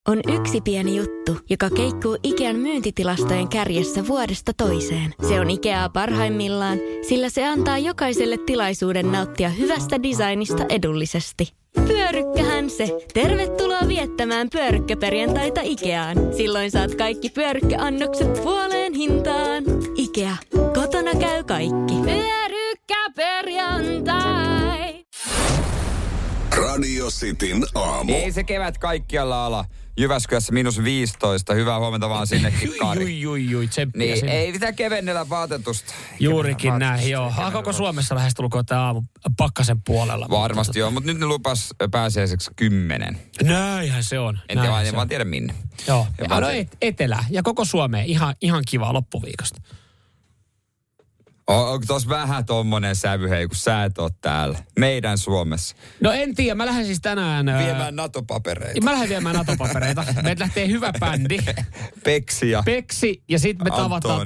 On yksi pieni juttu, joka keikkuu Ikean myyntitilastojen kärjessä vuodesta toiseen. Se on Ikeaa parhaimmillaan, sillä se antaa jokaiselle tilaisuuden nauttia hyvästä designista edullisesti. Pyörykkähän se! Tervetuloa viettämään pyörykkäperjantaita Ikeaan. Silloin saat kaikki pyörykkäannokset puoleen hintaan. Ikea. Kotona käy kaikki. Pyörykkäperjantai! Radio Cityn aamu. Ei se kevät kaikkialla ala. Jyväskylässä -15. Hyvää huomenta vaan sinnekin, Kari. Tsemppiä niin, ei sitä kevennellä vaatetusta. Juurikin näin, joo. Koko Suomessa lähestulkoon tämä aamu pakkasen puolella. Varmasti joo, mutta nyt ne lupas pääsiäiseksi 10. Näinhän se on. En vaan tiedä minne. Joo, etelä ja koko Suomeen ihan kiva loppuviikosta. Onko tuossa vähän tommonen sävy, hei, kun sä et oo täällä? Meidän Suomessa. No en tiedä, mä lähden siis tänään... Viemään NATO-papereita. Mä lähden viemään NATO-papereita. Meiltä lähtee hyvä bändi. Peksi ja sit me tavataan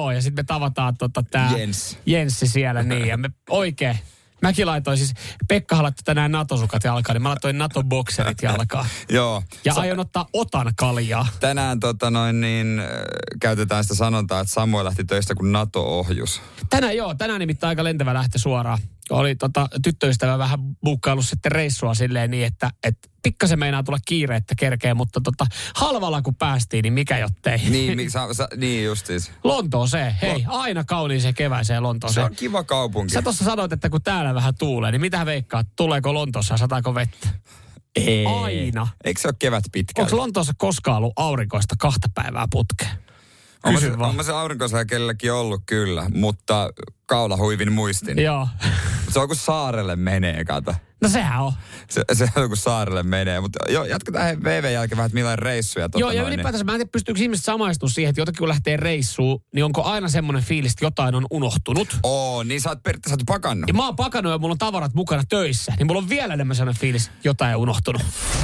tää Jenssi siellä niin. Ja me oikein... Mäkin laitoin siis, Pekka laittoi tänään NATO-sukat jalkaan, niin mä laitoin NATO-bokserit jalkaan. Joo. Ja aion ottaa otan kaljaa. Tänään käytetään sitä sanontaa, että Samuel lähti töistä kuin NATO-ohjus. Tänään nimittäin aika lentävä lähtö suoraan. Oli tyttöystävä vähän buukkaillut sitten reissua silleen niin, että pikkasen meinaa tulla kiire, että kerkee, mutta halvalla kun päästiin, niin mikä jottei. Niin justiis. Lontooseen, hei, aina kauniiseen kevääseen Lontooseen. Se on kiva kaupunki. Sä tuossa sanoit, että kun täällä vähän tuulee, niin mitä veikkaat, tuleeko Lontoossa, sataako vettä? Ei. Aina. Eikö se ole kevät pitkällä? Onko Lontoossa koskaan ollut aurinkoista 2 päivää putkeen? On se aurinkoisella kelläkin ollut kyllä, mutta kaulahuivin muistin. Joo. Se on kun saarelle menee, kato. No sehän on. Se on kun saarelle menee, mutta joo, jatketaan VV jälkeen vähän, että millainen reissu. Joo, ja ylipäätänsä mä en tiedä, pystyykö ihmiset samaistumaan siihen, että jotakin kun lähtee reissuun, niin onko aina semmoinen fiilis, että jotain on unohtunut. Niin sä oot pakannut. Ja mä oon pakannut ja mulla on tavarat mukana töissä, niin mulla on vielä enemmän semmoinen fiilis, jotain on unohtunut.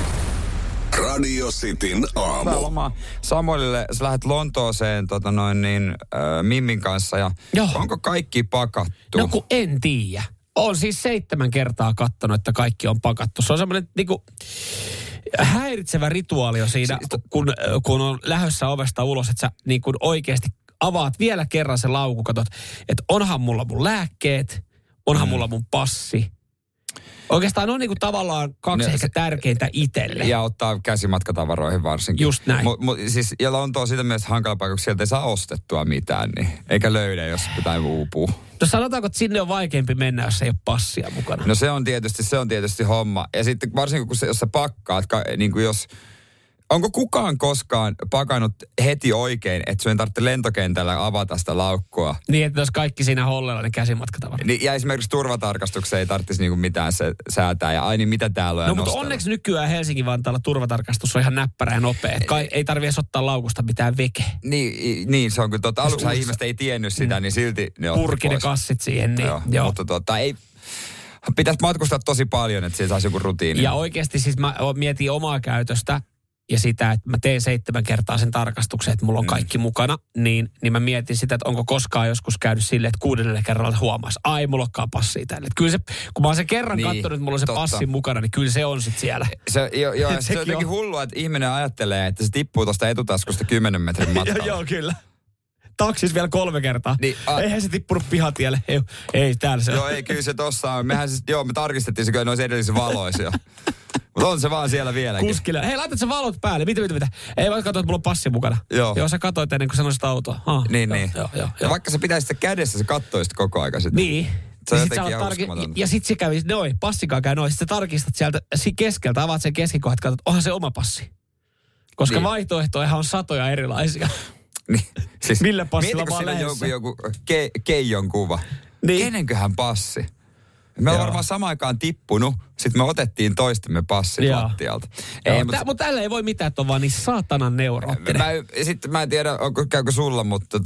Radio Cityn aamu. Samuelille, sä lähdet Lontooseen Mimmin kanssa ja onko kaikki pakattu? No kun en tiedä. Olen siis 7 kertaa katsonut, että kaikki on pakattu. Se on semmoinen häiritsevä rituaali jo siinä, kun on lähdössä ovesta ulos, että sä niin kuin oikeasti avaat vielä kerran se laukku, katsot, että onhan mulla mun lääkkeet, onhan mulla mun passi. Oikeastaan on niinku tavallaan 2 ehkä tärkeintä itselle. Ja ottaa käsimatkatavaroihin varsinkin. Just näin. Ja Lonto on sitä mielessä hankala paikka, kun sieltä ei saa ostettua mitään, niin eikä löydä, jos pitää uupua. No sanotaanko, että sinne on vaikeampi mennä, jos ei ole passia mukana? No se on tietysti homma. Ja sitten varsinkin, jos sä pakkaat, niin kuin jos... Onko kukaan koskaan pakannut heti oikein, että sun ei tarvitse lentokentällä avata sitä laukkua? Niin, että jos kaikki siinä hollella, niin käsimatkatavarat. Ja esimerkiksi turvatarkastukseen ei tarvitsisi niinku mitään säätää. Ja ai niin, mitä täällä on. No mutta onneksi nykyään Helsinki-Vantaalla turvatarkastus on ihan näppärä ja nopea. Ei tarvitse ottaa laukusta mitään veke. Niin se on kyllä totta. Aluksi ihmiset ei tiennyt sitä, niin silti ne otti purki ne kassit siihen. Niin, joo. Mutta ei... Pitäisi matkustaa tosi paljon, että siitä saisi joku rutiini. Ja oikeasti siis mä mietin omaa käytöstä. Ja sitä, että mä teen 7 kertaa sen tarkastuksen, että mulla on kaikki mukana, niin mä mietin sitä, että onko koskaan joskus käynyt silleen, että 6. kerralla huomasi, ai mulla onkaan passia tänne. Kyllä se, kun mä oon sen kerran katsonut, että mulla on se passi mukana, niin kyllä se on sitten siellä. Se on jotenkin hullua, että ihminen ajattelee, että se tippuu tuosta etutaskusta 10 metrin matkalla. Joo, kyllä. Taksis vielä 3 kertaa. Niin, eihän se tippunut pihatielle. Ei täällä se on. Joo, ei, kyllä se tossa on. Me tarkistettiin se kyllä noissa edellisissä valoissa jo. Mutta on se vaan siellä vieläkin. Kuskille. Hei, laitat sä valot päälle. Mitä? Ei vaan katsoa, että mulla on passi mukana. Joo, sä katsoit ennen kuin sanoisit autoa. Niin. Joo. Ja vaikka sä pitäisit sitä kädessä, sä katsoisit koko ajan sitä. Niin. Se on jotenkin uskomatonta. Ja sit se kävi, passikaan käy noin. Sit sä tarkistat sieltä keskeltä, avaat sen keskikohdat, katsot, onhan se oma passi. Koska vaihtoehtoja on satoja erilaisia. Niin. Siis, millä passilla vaan lähdössä? Joku Keijon kuva. Niin. Kenenköhän passi? Me on varmaan samaan aikaan tippunut, sitten me otettiin toistemme passit lattialta. Mutta tällä ei voi mitään, että on vaan niin saatanan neuroottinen. Sitten mä en tiedä, käykö sulla, mutta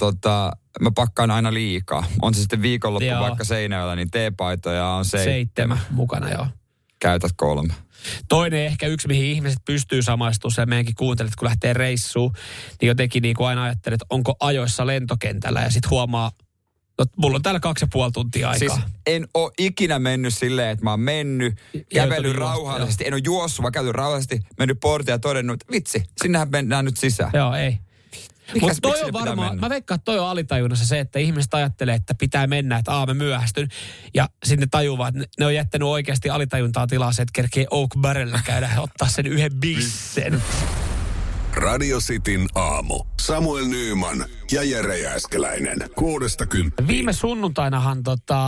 mä pakkaan aina liikaa. On se sitten viikonloppu vaikka Seinäjoella, niin teepaitoja on 7 mukana, joo. Käytät 3. Toinen ehkä yksi, mihin ihmiset pystyy samaistumaan, ja meidänkin kuuntelet, kun lähtee reissuun, niin jotenkin niin kuin aina ajattelet, että onko ajoissa lentokentällä, ja sitten huomaa No, mulla on täällä 2,5 tuntia aikaa. Siis en ole ikinä mennyt silleen, että mä oon mennyt, kävellyt rauhallisesti. En ole juossut, vaan kävellyt rauhallisesti, mennyt portiin ja todennut, että vitsi, sinnehän mennään nyt sisään. Joo, ei. Mutta toi on varmaan, mä veikkaan, että toi on alitajunnassa se, että ihmiset ajattelee, että pitää mennä, että mä myöhästyn. Ja sitten tajuvat, että ne on jättänyt oikeasti alitajuntaa tilaa se, että kerkee Oak Barrella käydä ottaa sen yhden bissen. Radio Cityn aamu. Samuel Nyyman ja Jere Jääskeläinen. 6–10. Viime sunnuntainahan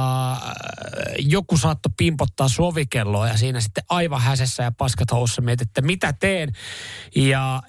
joku saattoi pimpottaa sovikelloa ja siinä sitten aivan häsessä ja paskat housussa mietit, että mitä teen. Ja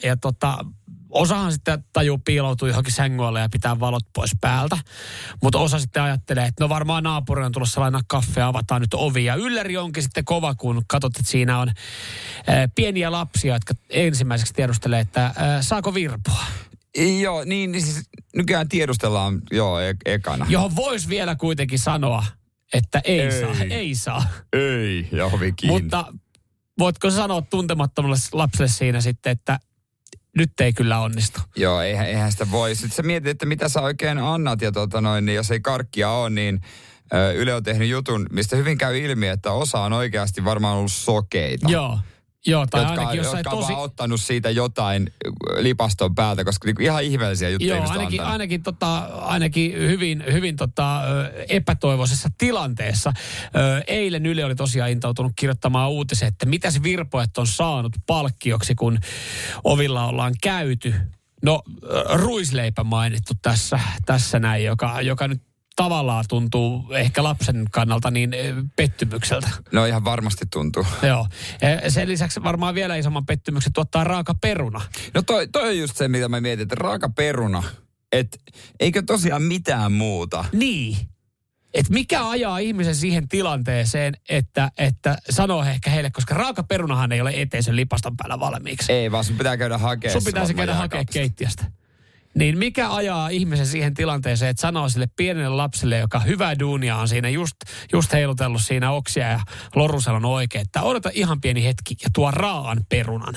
osahan sitten tajuu piiloutua johonkin sängyalle ja pitää valot pois päältä. Mutta osa sitten ajattelee, että no varmaan naapurina on tulossa lainaa kaffea, avataan nyt ovi. Ja ylläri onkin sitten kova, kun katsot, että siinä on pieniä lapsia, jotka ensimmäiseksi tiedustelee, että saako virpoa. Joo, niin siis nykyään tiedustellaan ekana. Johon voisi vielä kuitenkin sanoa, että ei saa. Ei, ja ovi kiinni. Mutta voitko sanoa tuntemattomalle lapselle siinä sitten, että nyt ei kyllä onnistu. Joo, eihän sitä voi. Sitten sä mietit, että mitä sä oikein annat ja niin jos ei karkkia ole, niin Yle on tehnyt jutun, mistä hyvin käy ilmi, että osa on oikeasti varmaan ollut sokeita. Joo, tai jotka, ainakin jossain jotka on vaan ottanut siitä jotain lipaston päältä, koska niinku ihan ihmeellisiä juttuja. Joo, ainakin hyvin epätoivoisessa tilanteessa. Eilen Yle oli tosiaan intautunut kirjoittamaan uutisen, että mitäs virpojat on saanut palkkioksi, kun ovilla ollaan käyty. No, ruisleipä mainittu tässä näin, joka nyt tavallaan tuntuu ehkä lapsen kannalta niin pettymykseltä. No ihan varmasti tuntuu. Joo. Sen lisäksi varmaan vielä isomman pettymyksen tuottaa raaka peruna. No toi on just se, mitä mä mietin, että raaka peruna, että eikö tosiaan mitään muuta? Niin. Että mikä ajaa ihmisen siihen tilanteeseen, että sanoo ehkä heille, koska raaka perunahan ei ole eteisen lipaston päällä valmiiksi. Ei, vaan sun pitää käydä hakemaan. Sun pitäisi käydä hakemaan keittiöstä. Niin mikä ajaa ihmisen siihen tilanteeseen, että sanoo sille pienelle lapselle, joka hyvää duunia on siinä just heilutellut siinä oksia ja loruselon oikein, että odota ihan pieni hetki ja tuo raaan perunan.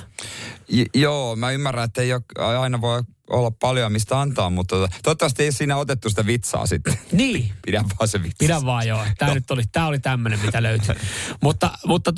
Joo, mä ymmärrän, että ei aina voi olla paljon mistä antaa, mutta toivottavasti ei siinä otettu sitä vitsaa sitten. Niin. Pidä vaan se vitsa. Pidä vaan joo. Tää oli tämmönen, mitä löytyi. mutta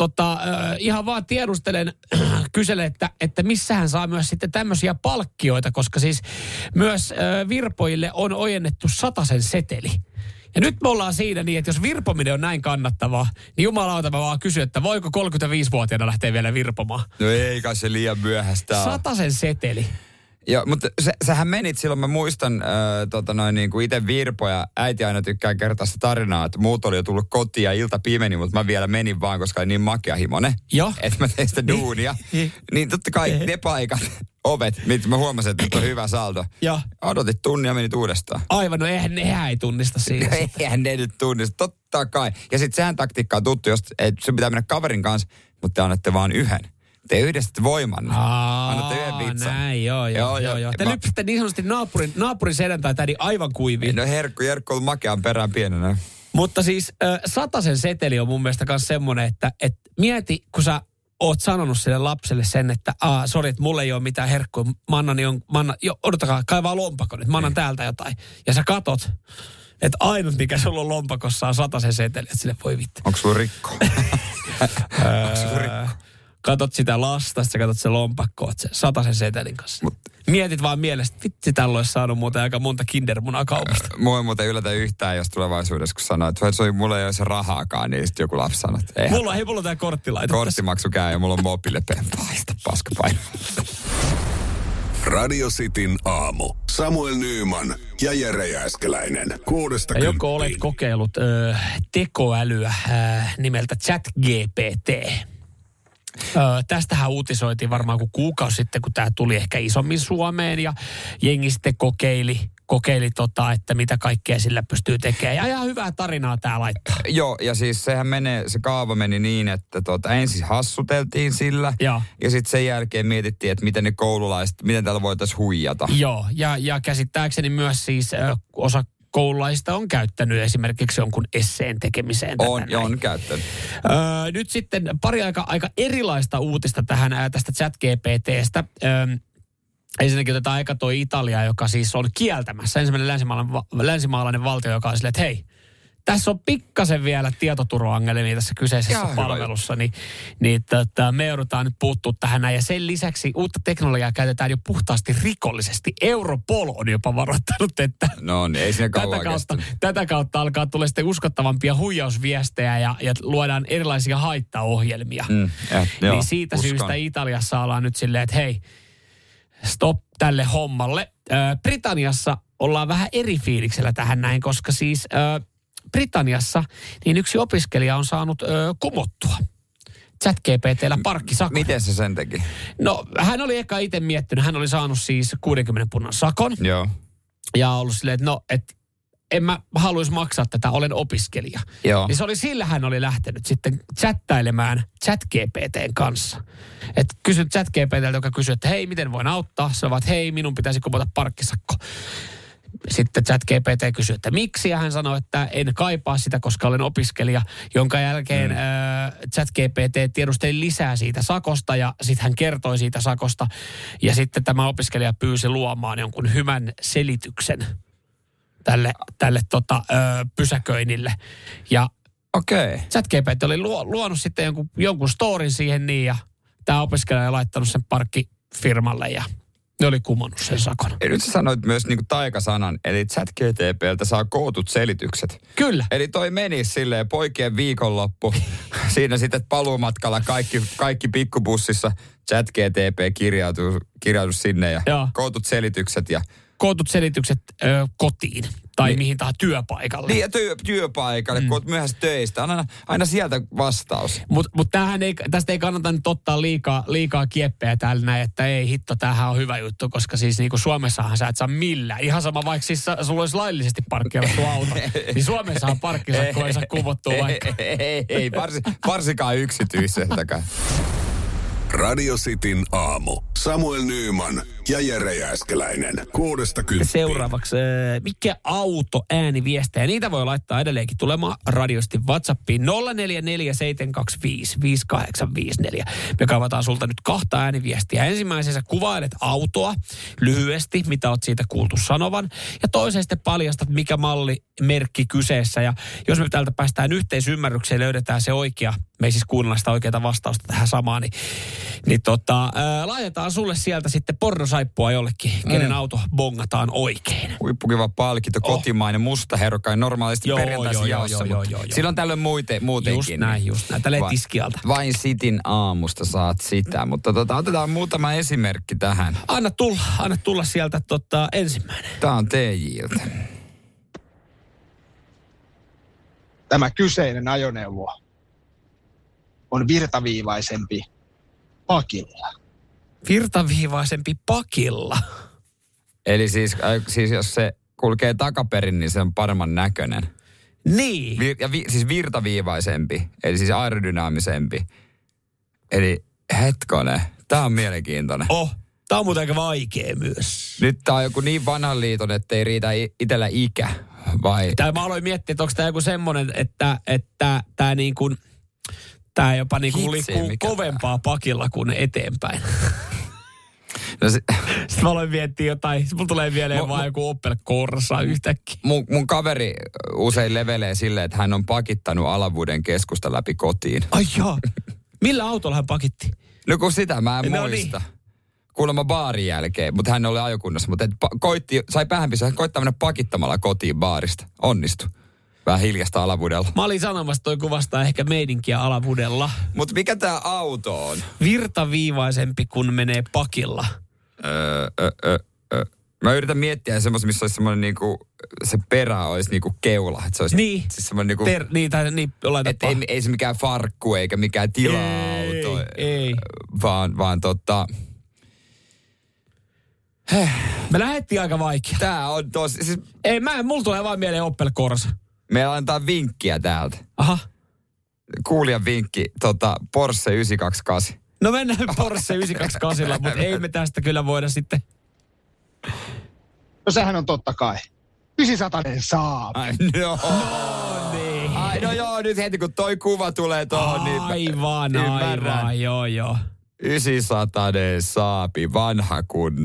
ihan vaan tiedustelen, kyselen, että missähän saa myös sitten tämmöisiä palkkioita, koska siis myös virpojille on ojennettu 100 seteli. Ja nyt me ollaan siinä niin, että jos virpominen on näin kannattavaa, niin jumalauta mä vaan kysyn, että voiko 35-vuotiaana lähteä vielä virpomaan? No ei kai se liian myöhäistä. 100 seteli. Joo, mutta sähän menit silloin, mä muistan niin kuin itse virpoja. Äiti aina tykkää kertoa sitä tarinaa, että muut oli jo tullut kotiin ja ilta pimeni, mutta mä vielä menin vaan, koska oli niin makeahimoinen. Joo. Että mä tein sitä duunia. Niin totta kai ne paikat, ovet, mitä mä huomasin, että nyt on hyvä saldo. Joo. Odotit tunnia ja menit uudestaan. Aivan, no eihän ei tunnista siinä. Eihän ne nyt tunnista, totta kai. Ja sitten sehän taktiikka on tuttu, että sun pitää mennä kaverin kanssa, mutta te annatte vaan yhden. Te yhdistätte voimanne. Annatte yhden vitsan. Näin, joo. Te lypsitte niin sanotusti naapurin sedän tai tädin aivan kuiviin. No Jerkku on makean perään pienenä. Mutta siis 100 seteli on mun mielestä myös semmoinen, että mieti, kun sä oot sanonut sille lapselle sen, että sori, että mulla ei ole mitään herkkua. Odotakaa, kaivaa lompakon, että mä annan täältä jotain. Ja sä katot, että ainut mikä sulla on lompakossa on 100 seteli, että sille voi vittu. Onko sulla rikko? Onko sulla rikko? Katot sitä lasta, sä katot se lompakkoa, se 100 setelin kanssa. Mietit vaan mielestä, että vitsi tällä olisi saanut muuten aika monta kindermunaa kaupasta. Mua ei muuten yllätä yhtään, jos tulevaisuudessa, kun sanoo, että mulla ei ole se rahaakaan, niin sitten joku lapsi sanoo, että mulla on tää korttilaite. Korttimaksu käy ja mulla on mobiilepeen. Paista paskapaino. Radio Cityn aamu. Samuel Nyyman ja Jere Jääskeläinen. 6–10. Joko olet kokeillut tekoälyä nimeltä ChatGPT? Tästähän uutisoitiin varmaan kuin kuukausi sitten, kun tämä tuli ehkä isommin Suomeen ja jengi sitten kokeili että mitä kaikkea sillä pystyy tekemään. Ja ihan hyvää tarinaa tää laittaa. Joo, ja siis se kaava meni niin, että ensin hassuteltiin sillä. Ja sitten sen jälkeen mietittiin, että miten ne koululaiset, miten täällä voitaisiin huijata. Joo, ja käsittääkseni myös siis osa koululaisista on käyttänyt esimerkiksi jonkun esseen tekemiseen. On käyttänyt. Nyt sitten pari aika erilaista uutista tästä ChatGPT:stä. ensinnäkin otetaan eka toi Italia, joka siis on kieltämässä. Ensimmäinen länsimaalainen valtio, joka on silleen, että hei, tässä on pikkasen vielä tietoturvaongelmia tässä kyseisessä palvelussa, niin me joudutaan nyt puuttua tähän näin. Ja sen lisäksi uutta teknologiaa käytetään jo puhtaasti rikollisesti. Europol on jopa varoittanut, että no niin, ei siinä kauan tätä kautta alkaa tulla sitten uskottavampia huijausviestejä ja luodaan erilaisia haittaohjelmia. Niin siitä syystä Italiassa ollaan nyt silleen, että hei, stop tälle hommalle. Britanniassa ollaan vähän eri fiiliksellä tähän näin, koska siis Britanniassa niin yksi opiskelija on saanut kumottua ChatGPT:llä parkkisakon. Miten se sen teki? No, hän oli eka itse miettinyt, hän oli saanut siis 60 punnan sakon. Joo. Ja ollut silleen, että en mä haluaisi maksaa tätä, olen opiskelija. Joo. Niin se oli sillä hän oli lähtenyt sitten chattailemään ChatGPT:n kanssa. Että kysyt ChatGPT:ltä, joka kysyy, että hei, miten voin auttaa? Se on, että hei, minun pitäisi kumota parkkisakko. Sitten ChatGPT kysyi, että miksi, ja hän sanoi, että en kaipaa sitä, koska olen opiskelija, jonka jälkeen ChatGPT tiedusteli lisää siitä sakosta, ja sitten hän kertoi siitä sakosta, ja sitten tämä opiskelija pyysi luomaan jonkun hyvän selityksen tälle pysäköinnille. Ja ChatGPT oli luonut sitten jonkun storin siihen niin, ja tämä opiskelija oli laittanut sen parkkifirmalle, ja ne oli kumonnut sen sakon. Ja nyt sä sanoit myös niinku taikasanan, eli ChatGPT:ltä saa kootut selitykset. Kyllä. Eli toi meni silleen poikien viikonloppu. Siinä sitten paluumatkalla kaikki pikkubussissa ChatGPT kirjautu sinne ja kootut selitykset ja... Kootut selitykset kotiin tai mihin tahansa työpaikalle. Niin, ja työpaikalle, kun oot myöhässä töistä. Aina sieltä vastaus. Mutta tästä ei kannata nyt ottaa liikaa kieppeä täällä näin, että ei hitto, tämähän on hyvä juttu, koska siis niin kuin Suomessahan sä et saa millään. Ihan sama, vaikka siis sulla olisi laillisesti parkkeerattu auto, niin Suomessahan parkkisakko ei saa kumottua vaikka. Ei varsinkaan yksityiseltäkään. Radio Cityn aamu. Samuel Nyyman ja Jere Jääskeläinen. 6-10. Seuraavaksi, mikä auto ääniviestejä? Niitä voi laittaa edelleenkin tulemaan radiosti WhatsAppiin 0447255854. Me kaivataan sulta nyt 2 ääniviestiä. Ensimmäisessä kuvailet autoa lyhyesti, mitä oot siitä kuultu sanovan. Ja toiseen sitten paljastat, mikä malli, merkki kyseessä. Ja jos me täältä päästään yhteisymmärrykseen, löydetään se oikea, me ei siis kuunnella sitä oikeaa vastausta tähän samaan, niin laitetaan sulle sieltä sitten pornosaippua jollekin, kenen auto bongataan oikein. Huippukiva palkinto, kotimainen musta herukka, normaalisti perjantaisin jaossa. Silloin tällöin muutenkin. Just näin. Tälleen tiskialta. Vain Cityn aamusta saat sitä, mutta otetaan muutama esimerkki tähän. Anna tulla sieltä ensimmäinen. Tää on TJ:ltä. Tämä kyseinen ajoneuvo on virtaviivaisempi pakilla. Virtaviivaisempi pakilla? Eli siis jos se kulkee takaperin, niin se on paremman näköinen. Niin. Siis virtaviivaisempi, eli siis aerodynaamisempi. Eli hetkonen, tää on mielenkiintoinen. Tää on muuten aika vaikea myös. Nyt tää on joku niin vanhan liiton, ettei riitä itsellä ikä, vai? Mä aloin miettiä, että onko tää joku semmonen, että tää niin kuin... Tää jopa niinku liikkuu kovempaa pakilla kuin eteenpäin. No Sitten mä aloin miettiä jotain. Sitten mulla tulee mieleen vaan joku Opel Corsa yhtäkkiä. Mun kaveri usein levelee silleen, että hän on pakittanut Alavuuden keskusta läpi kotiin. Ai jaa. Millä autolla hän pakitti? No kun sitä mä en muista. Niin. Kuulemma baarin jälkeen, mutta hän oli ajokunnassa. Mutta sai päähän pistää, koittaa mennä pakittamalla kotiin baarista. Onnistui. Vähän hiljasta Alavuudella. Mä olin sanomassa, toi kuvastaa ehkä meidinkiä Alavuudella. Mutta mikä tää auto on? Virtaviivaisempi, kun menee pakilla. Mä yritän miettiä semmoista, missä olisi semmoinen niinku, se perä olisi niinku keula. Että se olisi niin. Siis semmoinen niinku... niin, että ei se mikään farkku eikä mikään tila-auto. Ei. Vaan Me lähdettiin aika vaikea. Tää on tosi... Siis... Ei, mulla tulee vaan mieleen Opel Corsa. Me annetaan vinkkiä täältä. Aha. Kuulijan vinkki, Porsche 928. No mennään Porsche 928, mutta ei me tästä kyllä voida sitten. No sehän on totta kai. 900 Saab. No niin. Ai no joo, nyt heti kun toi kuva tulee tohon, niin aivan, joo. 900 Saabi, vanha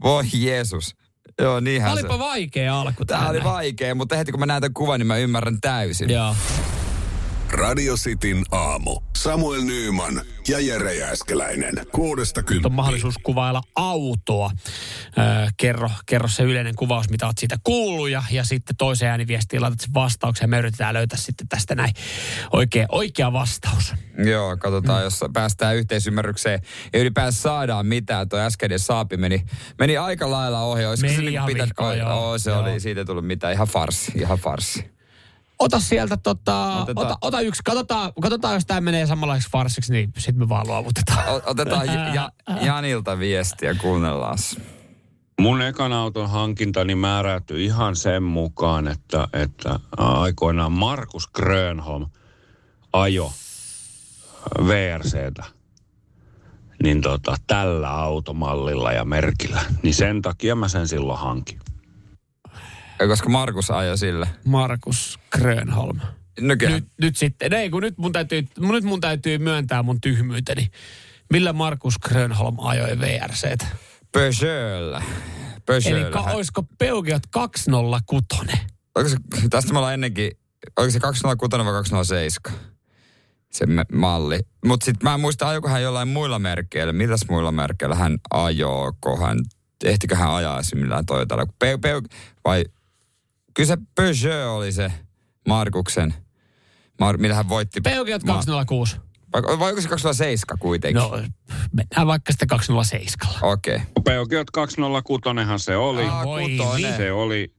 Voi Jeesus. Joo, niinhän se. Olipa vaikea alku. Tämä oli vaikea, mutta heti kun mä näen tämän kuvan, niin mä ymmärrän täysin. Joo. Radio Cityn aamu. Samuel Nyyman ja Jere Jääskeläinen. 6-10. On mahdollisuus kuvailla autoa. Kerro se yleinen kuvaus, mitä oot siitä kuullut ja sitten toiseen ääniviestiin laitat sen vastauksen ja me yritetään löytää sitten tästä näin oikea vastaus. Joo, katsotaan, jos päästään yhteisymmärrykseen ja ylipäänsä saadaan mitään. Tuo äskeinen saapi meni aika lailla ohi. Meni ihan vihkoon, joo. Oli, siitä ei tullut mitään. Ihan farssi. Ota sieltä ota yksi. Katsotaan, jos tämä menee samanlaiseksi farssiksi, niin sitten me vaan luovutetaan. Otetaan Janilta viestiä, kuunnellaan. Mun ekan auton hankintani määräytyi ihan sen mukaan, että aikoinaan Markus Grönholm ajo VRCtä. Niin tällä automallilla ja merkillä. Niin sen takia mä sen silloin hankin. Koska Markus ajoi sille. Markus Grönholm. Nyt sitten, nyt mun täytyy myöntää mun tyhmyyteni. Millä Markus Grönholm ajoi VRCtä? Peugeotlla. Eli olisiko Peugeot 206? Tästä me ollaan ennenkin, oliko se 206 vai 207? Se malli. Mutta sitten mä en muista, ajoiko hän jollain muilla merkeillä. Mitäs muilla merkeillä hän ajoiko? Ehtikö hän ajaa millään Toyotalla? Vai kyllä se Peugeot oli se Markuksen, millä hän voitti. Peugeot 206. Vai onko se 207 kuitenkin? No, mennään vaikka sitten 207. Okei. Peugeot 206han se oli. Se oli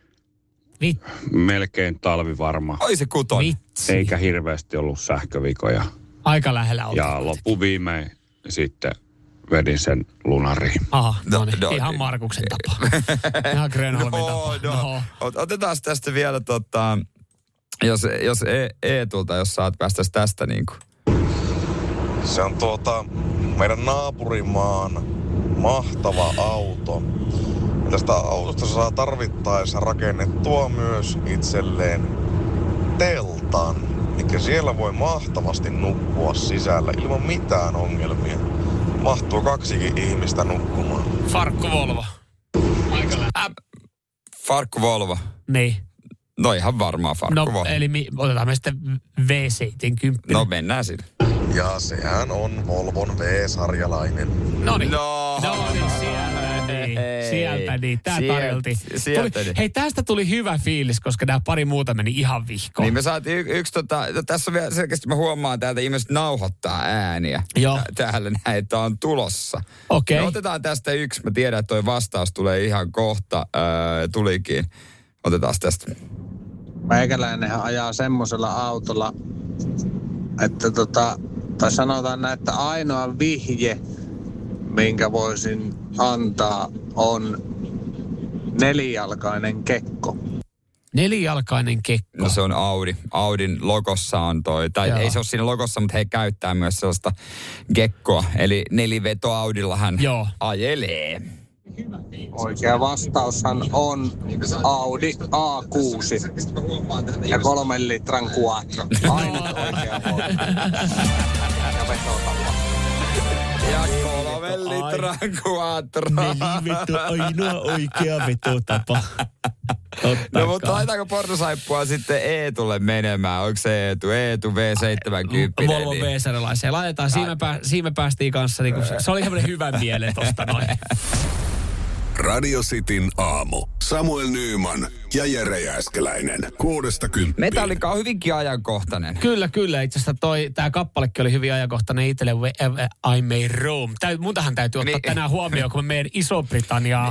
melkein talvivarma. Oi se kuton. Vitsi. Eikä hirveästi ollut sähkövikoja. Aika lähellä oltiin. Ja loppuviimein sitten vedin sen lunariin. Aha, ihan Markuksen tapa. Ihan Grönholmin tapa. No. Otetaan tästä vielä jos Eetulta, jos saat päästä tästä niinku. Se on meidän naapurimaan mahtava auto. Ja tästä autosta saa tarvittaessa rakennettua myös itselleen teltan. Eli siellä voi mahtavasti nukkua sisällä ilman mitään ongelmia. Mahtuu 2 ihmistä nukkumaan. Farkku Volvo. Farkku Volvo. Niin. No ihan varmaan Farkku Volvo. Eli otetaan me sitten V70. No mennään sinne. Ja sehän on Volvon V-sarjalainen. Noniin, sieltä niin. Tää tarjoltiin. Hei, tästä tuli hyvä fiilis, koska nämä pari muuta meni ihan vihkoon. Niin me saatiin yksi tässä on vielä selkeästi mä huomaan täältä ihmiset nauhoittaa ääniä. Joo. Täällä näin, että on tulossa. Okei. No, otetaan tästä yksi. Mä tiedän, että toi vastaus tulee ihan kohta. Tulikin. Otetaan tästä. Meikäläinenhän ajaa semmosella autolla, että tai sanotaan näin, että ainoa vihje, minkä voisin antaa, on 4-jalkainen kekko. 4-jalkainen kekko? No se on Audi. Audin logossa on toi, tai ei se ole siinä logossa, mutta he käyttää myös sellaista gekkoa. Eli 4-veto Audilla hän ajelee. Oikea vastaushan on Audi A6 ja 3 litran Quattro. Aina oikea voi. Ja vetotapa. Ja 3 litran Quattro. 4-veto, ainoa oikea vetotapa. No mutta laitaanko pornosaippua sitten Eetulle menemään? Onko se Eetu V70? Volvo V-sarjalaisia. Laitetaan, siinä me päästiin kanssa. Niin se oli semmoinen hyvä miele tosta noin. Radio Cityn aamu. Samuel Nyyman ja Jere Jääskeläinen. 6-10. Metallica on hyvinkin ajankohtainen. Kyllä. Itse asiassa tää kappalekin oli hyvin ajankohtainen itselle. I May Roam. Muntahan täytyy ottaa tänään huomioon, kun me meidän Iso-Britanniaa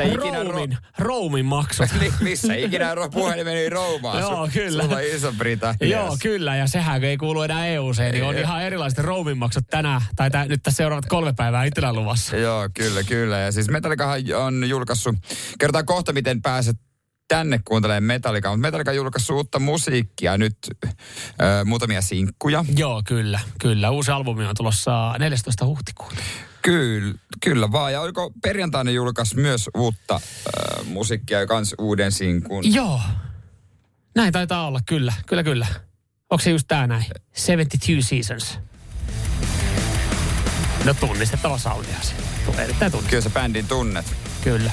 Roamin maksut. Missä ikinä puhelimeni Roomaan. Joo, kyllä. Sulla Iso-Britanniassa. Joo, kyllä. Ja sehän ei kuulu enää EU:seen, niin on ihan erilaiset Roamin maksut tänään. Tai nyt tässä seuraavat 3 päivää itsellä luvassa. Joo, kyllä. Ja siis Metallicahan on julkaissut, kerrotaan kohta miten pääset tänne kuuntelemaan Metallicaa, mutta Metallica on julkaissut uutta musiikkia nyt, muutamia sinkkuja. Joo, kyllä. Uusi albumi on tulossa 14. huhtikuuta. Kyllä vaan. Ja oliko perjantaina julkaisi myös uutta musiikkia ja kans uuden sinkun? Joo. Näin taitaa olla, kyllä. Onko se just tää näin? 72 Seasons. No tunnistettava soundia se. Tulee erittäin tunnistettava. Kyllä sä bändin tunnet. Kyllä.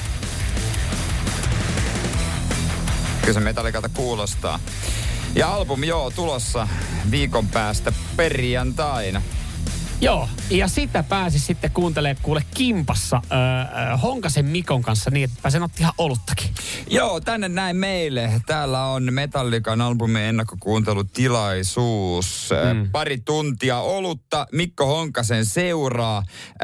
Kyllä se Metallicalta kuulostaa. Ja albumi tulossa viikon päästä perjantaina. Joo, ja sitä pääsi sitten kuuntelemaan kuule kimpassa Honkasen Mikon kanssa niin, että pääsen ottaa ihan oluttakin. Joo, tänne näin meille. Täällä on Metallican albumin ennakkokuuntelutilaisuus. Pari tuntia olutta. Mikko Honkasen seuraa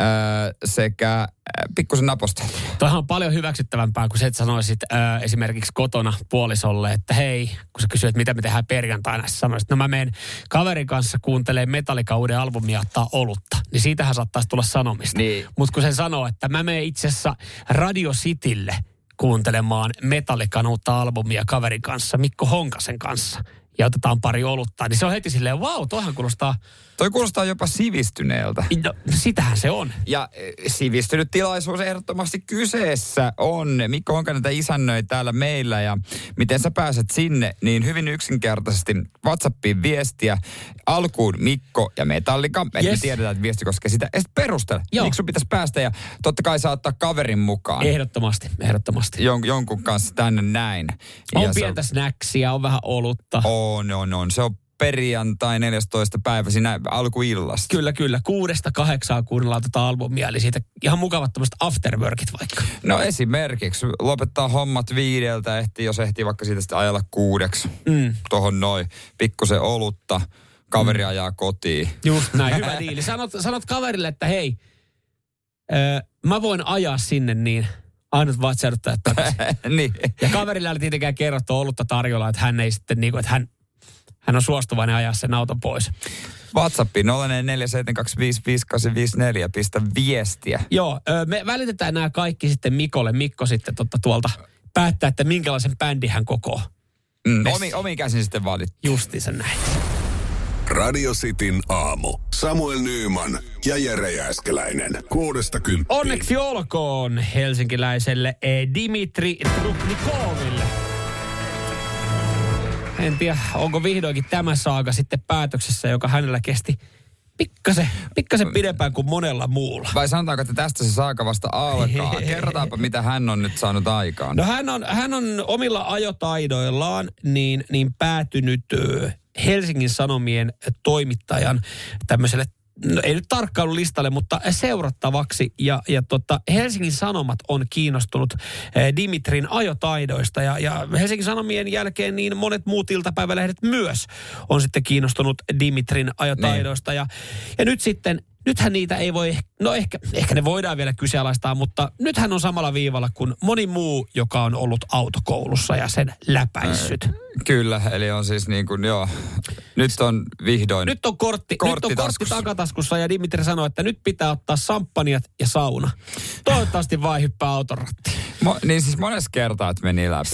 sekä pikkusen napostelta. Toihan on paljon hyväksyttävämpää kuin se, että sanoisit esimerkiksi kotona puolisolle, että hei, kun sä kysyt, mitä me tehdään perjantaina, sä sanoisit, no mä menen kaverin kanssa kuuntelemaan Metallican uuden albumia ottaa olutta. Niin siitähän saattaisi tulla sanomista. Niin. Mutta kun sen sanoo, että mä menen itse asiassa Radio Citylle kuuntelemaan Metallican uutta albumia kaverin kanssa, Mikko Honkasen kanssa, ja otetaan pari olutta, niin se on heti silleen, toihan kuulostaa... Toi kuulostaa jopa sivistyneeltä. No, sitähän se on. Ja sivistynyt tilaisuus ehdottomasti kyseessä on. Mikko Honkanen isännöi täällä meillä ja miten sä pääset sinne, niin hyvin yksinkertaisesti WhatsAppiin viestiä. Alkuun Mikko ja Metallica. Yes. Me tiedetään, että viesti koskee sitä. Ja sitten perustele, miksi sun pitäisi päästä ja totta kai saa ottaa kaverin mukaan. Ehdottomasti. Jonkun kanssa tänne näin. On pientä snacksia, on vähän olutta. On. Se on perjantai 14. päivä siinä alkuillasta. Kyllä. 6-8 kuunnellaan tätä albumia, eli siitä ihan mukavat tämmöiset afterworkit vaikka. No esimerkiksi lopettaa hommat 5, jos ehtii vaikka siitä sitten ajalla 6. Tohon noin pikkusen olutta, kaveri ajaa kotiin. Just näin, hyvä diili. Sanot kaverille, että hei, mä voin ajaa sinne niin... Ainut vaan seuduttaa, että niin. Ja kaverille ei tietenkään kerrottu olutta tarjolla, että hän ei sitten niin kuin, että hän on suostuvainen ajaa sen auton pois. WhatsAppiin 0472555854, pistä viestiä. Joo, me välitetään nämä kaikki sitten Mikolle. Mikko sitten tuolta päättää, että minkälaisen bändin hän kokoaa. Omiin käsin sitten valittu. Justiinsa näin. Radio Cityn aamu. Samuel Nyyman ja Jere Jääskeläinen. 6-10. Onneksi olkoon helsinkiläiselle Dimitri Trubnikoville. En tiedä, onko vihdoinkin tämä saaga sitten päätöksessä, joka hänellä kesti pikkasen pidempään kuin monella muulla. Vai sanotaanko, että tästä se saaga vasta alkaa? Kerrotaanpa, mitä hän on nyt saanut aikaan. No hän on omilla ajotaidoillaan niin päätynyt Helsingin Sanomien toimittajan tämmöiselle, no ei nyt tarkkailulistalle, mutta seurattavaksi. Ja Helsingin Sanomat on kiinnostunut Dimitrin ajotaidoista. Ja Helsingin Sanomien jälkeen niin monet muut iltapäivälehdet myös on sitten kiinnostunut Dimitrin ajotaidoista. Niin. Ja nyt sitten, nythän niitä ei voi, no ehkä ne voidaan vielä kyseenalaistaa, mutta nythän on samalla viivalla kuin moni muu, joka on ollut autokoulussa ja sen läpäissyt. Kyllä, eli on siis niin kuin, nyt on vihdoin Nyt on kortti takataskussa ja Dimitri sanoi, että nyt pitää ottaa samppaniat ja sauna. Toivottavasti vai hyppää autorattiin. Niin siis monessa kertaa, että meni läpi.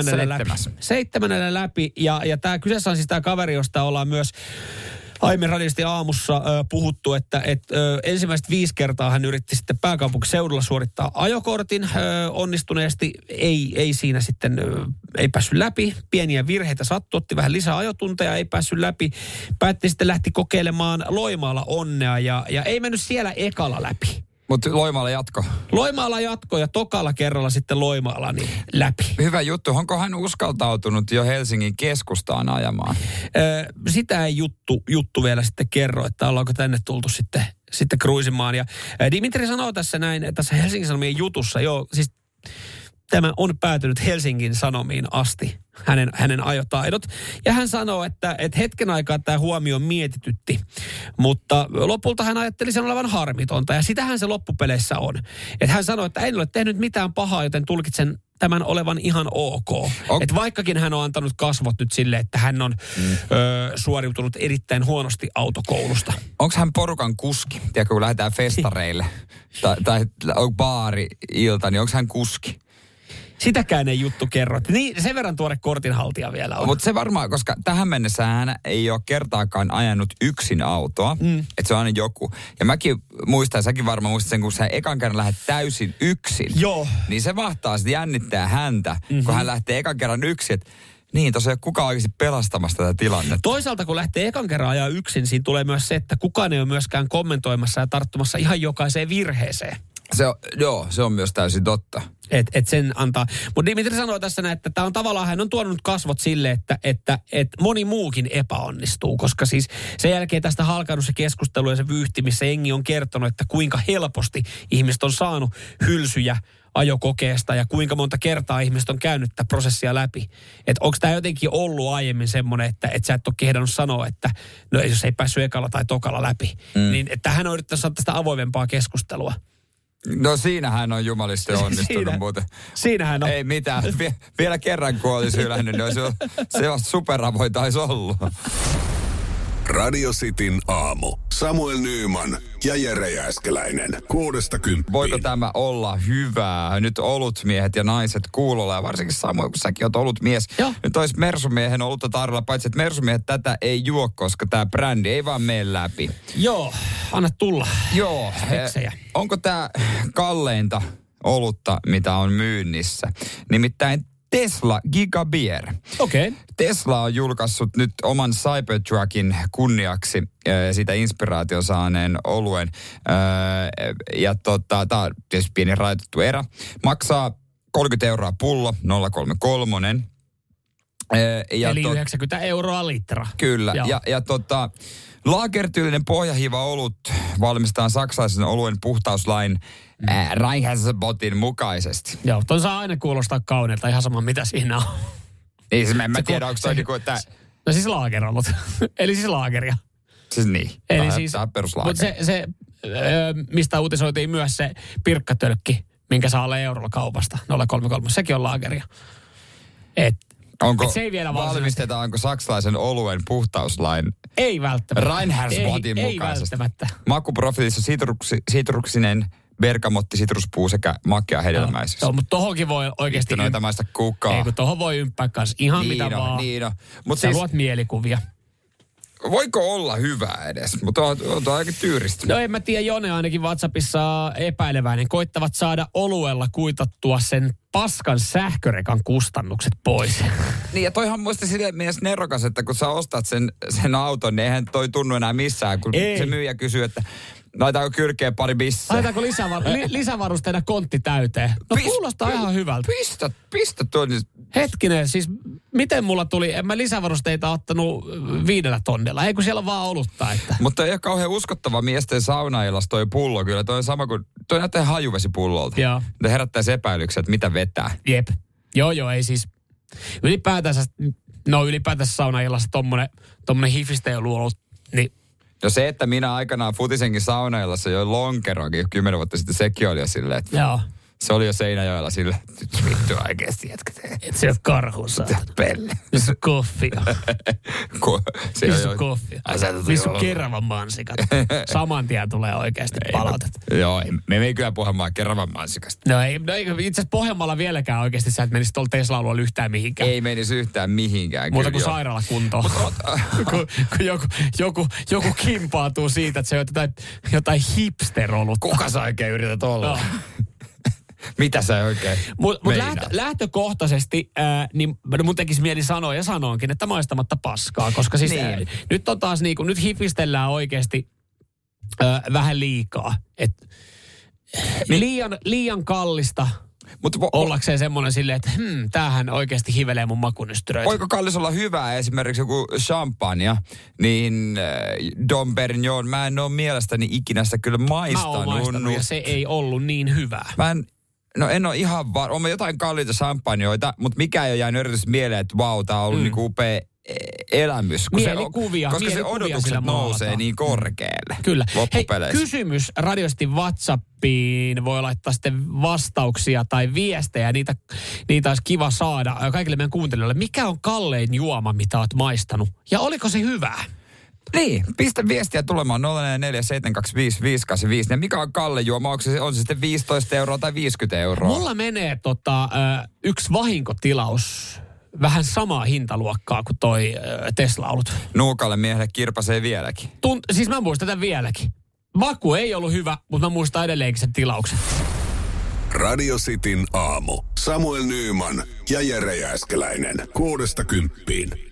7 läpi. Ja tämä kyseessä on siis tämä kaveri, josta ollaan myös aiemmin radiosti aamussa puhuttu, että ensimmäiset 5 kertaa hän yritti sitten pääkaupunkiseudulla suorittaa ajokortin onnistuneesti. Ei siinä sitten, ei päässyt läpi. Pieniä virheitä sattui, otti vähän lisää ajotunteja, ei päässyt läpi. Päätti sitten lähti kokeilemaan Loimaalla onnea ja ei mennyt siellä ekalla läpi. Mutta Loimaalla jatko. Loimaalla jatko ja tokalla kerralla sitten Loimaalla niin läpi. Hyvä juttu. Onko hän uskaltautunut jo Helsingin keskustaan ajamaan? Sitä ei juttu vielä sitten kerro, että ollaanko tänne tultu sitten kruisimaan. Ja Dimitri sanoo tässä näin, tässä Helsingin Sanomien jutussa, siis tämä on päätynyt Helsingin Sanomiin asti, hänen ajotaidot. Ja hän sanoo, että hetken aikaa tämä huomio mietitytti, mutta lopulta hän ajatteli sen olevan harmitonta. Ja sitähän se loppupeleissä on. Että hän sanoi, että en ole tehnyt mitään pahaa, joten tulkitsen tämän olevan ihan ok. Että vaikkakin hän on antanut kasvot nyt sille, että hän on suoriutunut erittäin huonosti autokoulusta. Onko hän porukan kuski? Tiedätkö, kun lähdetään festareille tai on baari-ilta, niin onko hän kuski? Sitäkään ei juttu kerro. Niin, sen verran tuore kortinhaltija vielä on. Mutta se varmaan, koska tähän mennessä hän ei ole kertaakaan ajanut yksin autoa. Että se on aina joku. Ja mäkin muistan, säkin varmaan muistat sen, kun sä ekan kerran lähdet täysin yksin. Joo. Niin se mahtaa sitten jännittää häntä, kun hän lähtee ekan kerran yksin, että niin, tuossa ei ole kukaan oikeasti pelastamassa tätä tilannetta. Toisaalta kun lähtee ekan kerran ajaa yksin, siinä tulee myös se, että kukaan ei ole myöskään kommentoimassa ja tarttumassa ihan jokaiseen virheeseen. Se on myös täysin totta. Et sen antaa. Mutta Dimitri sanoi tässä näin, että tämä on tavallaan, hän on tuonut kasvot sille, että moni muukin epäonnistuu. Koska siis sen jälkeen tästä halkaannut se keskustelu ja se vyyhti, missä jengi on kertonut, että kuinka helposti ihmiset on saanut hylsyjä ajokokeesta ja kuinka monta kertaa ihmiset on käynyt tätä prosessia läpi. Että onko tämä jotenkin ollut aiemmin semmoinen, että sä et ole kehdannut sanoa, että no jos ei päässyt ekalla tai tokalla läpi. Niin että hän on yrittänyt saada tästä avoimempaa keskustelua. No siinähän on jumalisti onnistunut muuten. Siinähän on. Ei mitään. Vielä kerran kun olisi hylännyt, niin se on superavoin taisi ollut. Radio Cityn aamu. Samuel Nyyman ja Jere Jääskeläinen. 6–10. Voiko tämä olla hyvää? Nyt olutmiehet ja naiset kuulolla ja varsinkin Samuel, kun säkin oot olutmies. Joo. Nyt olisi Mersumiehen olutta tarjolla, paitsi että Mersumiehet tätä ei juo, koska tämä brändi ei vaan mene läpi. Joo, anna tulla. Joo. Onko tämä kalleinta olutta, mitä on myynnissä? Nimittäin Tesla Giga Beer. Okei. Tesla on julkaissut nyt oman Cybertruckin kunniaksi siitä inspiraation saaneen oluen. Ja tämä on tietysti pieni rajoitettu erä. Maksaa 30 € pullo, 033. Eli 90 € litra. Kyllä. Ja laagertyylinen pohjahiiva olut valmistetaan saksalaisen oluen puhtauslain Reinheitsgebotin mukaisesti. Joo, ton saa aina kuulostaa kauneelta, ihan sama mitä siinä on. Niin, mä tiedä, onko se niinku, että... No siis laagerolut. Eli siis laageria. Siis niin. Eli siis... Tämä on peruslaageria. Mutta se mistä uutisoitiin myös se pirkkatölkki, minkä saa alle eurolla kaupasta, 033. Sekin on laageria. Onko, se ei vielä valmistetaanko saksalaisen oluen puhtauslain ei välttämättä. Reinheitsgebotin ei mukaisesti? Välttämättä. Makuprofiilissa sitruksinen, bergamotti, sitruspuu sekä makea hedelmäisyys. Joo, mutta tohonkin voi oikeasti... Vittu noita maista kukaa. Ei, kun tohon voi ymppää kanssa ihan mitä vaan. Niin on. Mut sä luot mielikuvia. Voiko olla hyvä edes? Mutta on aika tyyristä. No en mä tiedä, Jone ainakin WhatsAppissa epäileväinen. Koittavat saada oluella kuitattua sen paskan sähkörekan kustannukset pois. Niin ja toihan muista silleen mies nerokas, että kun sä ostat sen auton, niin eihän toi tunnu enää missään. Kun se myyjä kysyy, että laitaanko kylkeen pari bissää? Laitaanko lisävarusteena kontti täyteen? No kuulostaa ihan hyvältä. Pistä tuon. Hetkinen, siis miten mulla tuli, en mä lisävarusteita ottanut 5 000. Ei kun siellä on vaan olutta, että... Mutta ei ole kauhean uskottava miesten saunaillas toi pullo kyllä. Toi on sama kuin, toi näyttää hajuvesipullolta. Joo. Ne herättäisi epäilyksiä, että mitä vetää. Jep. Joo, ei siis... Ylipäätänsä saunaillassa tommonen hifisteilu ollut, niin... No se, että minä aikanaan futisenkin saunaillassa join lonkeroakin 10 vuotta sitten, sekin oli jo silleen, että... Joo. Se oli jo Seinäjoella silleen, että vittu oikeesti jätkä tee. Et se ole karhu, saatana. Pelle. Missä on koffia? Missä on koffia? Missä on Keravan mansikat? Saman tien tulee oikeasti palautet. Joo, me ei kyllä Pohjanmaan Keravan mansikasta. No ei itse asiassa Pohjanmaalla vieläkään oikeasti sä et menisi tuolla Tesla-alueella yhtään mihinkään. Ei menisi yhtään mihinkään. Muuta kuin sairaalakuntoon. kun joku kimpaatuu siitä, että se on jotain hipsterolutta. Kuka sä oikein yrität olla? No. Mitä sä oikein Mutta lähtökohtaisesti, niin mun tekisi mieli sanoa ja sanoinkin, että maistamatta paskaa. Koska siis niin. Nyt on taas niinku, nyt hifistellään oikeasti vähän liikaa. Liian kallista ollakseen semmoinen silleen, että tämähän oikeasti hivelee mun makunystyröitä. Voiko kallis olla hyvää esimerkiksi joku champagne, niin Dom Perignon, mä en ole mielestäni ikinä sitä kyllä maistanut. Mä oon maistanut ja se ei ollut niin hyvää. En ole ihan on jotain kalliita champagneoita, mutta mikä ei ole jäänyt erityisesti mieleen, että vau, tää on ollut niinku upea elämys. Koska se odotukset nousee niin korkealle. Kyllä. Hei, kysymys radiosti WhatsAppiin. Voi laittaa sitten vastauksia tai viestejä. Niitä olisi kiva saada kaikille meidän kuuntelijoille. Mikä on kallein juoma, mitä olet maistanut? Ja oliko se hyvää? Niin, pistä viestiä tulemaan 047255854. Ja mikä on kallein juoma? On se sitten 15 € tai 50 €? Mulla menee yksi vahinkotilaus. Vähän samaa hintaluokkaa kuin toi Tesla-aulut. Nuukalle miehelle kirpasee vieläkin. Siis mä muistan tämän vieläkin. Maku ei ollut hyvä, mutta mä muistan edelleenkin sen tilauksen. Radio Cityn aamu. Samuel Nyyman ja Jere Jääskeläinen. 6–10.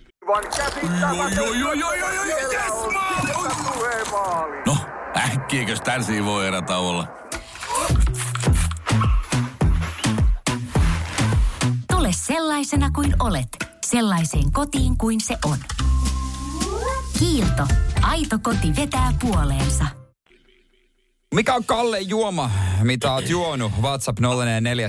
No, äkkiäkös tän voi erätauolla? sellaisena kuin olet, sellaiseen kotiin kuin se on. Kiilto. Aito koti vetää puoleensa. Mikä on Kalle juoma, mitä oot juonut? WhatsApp 047255854.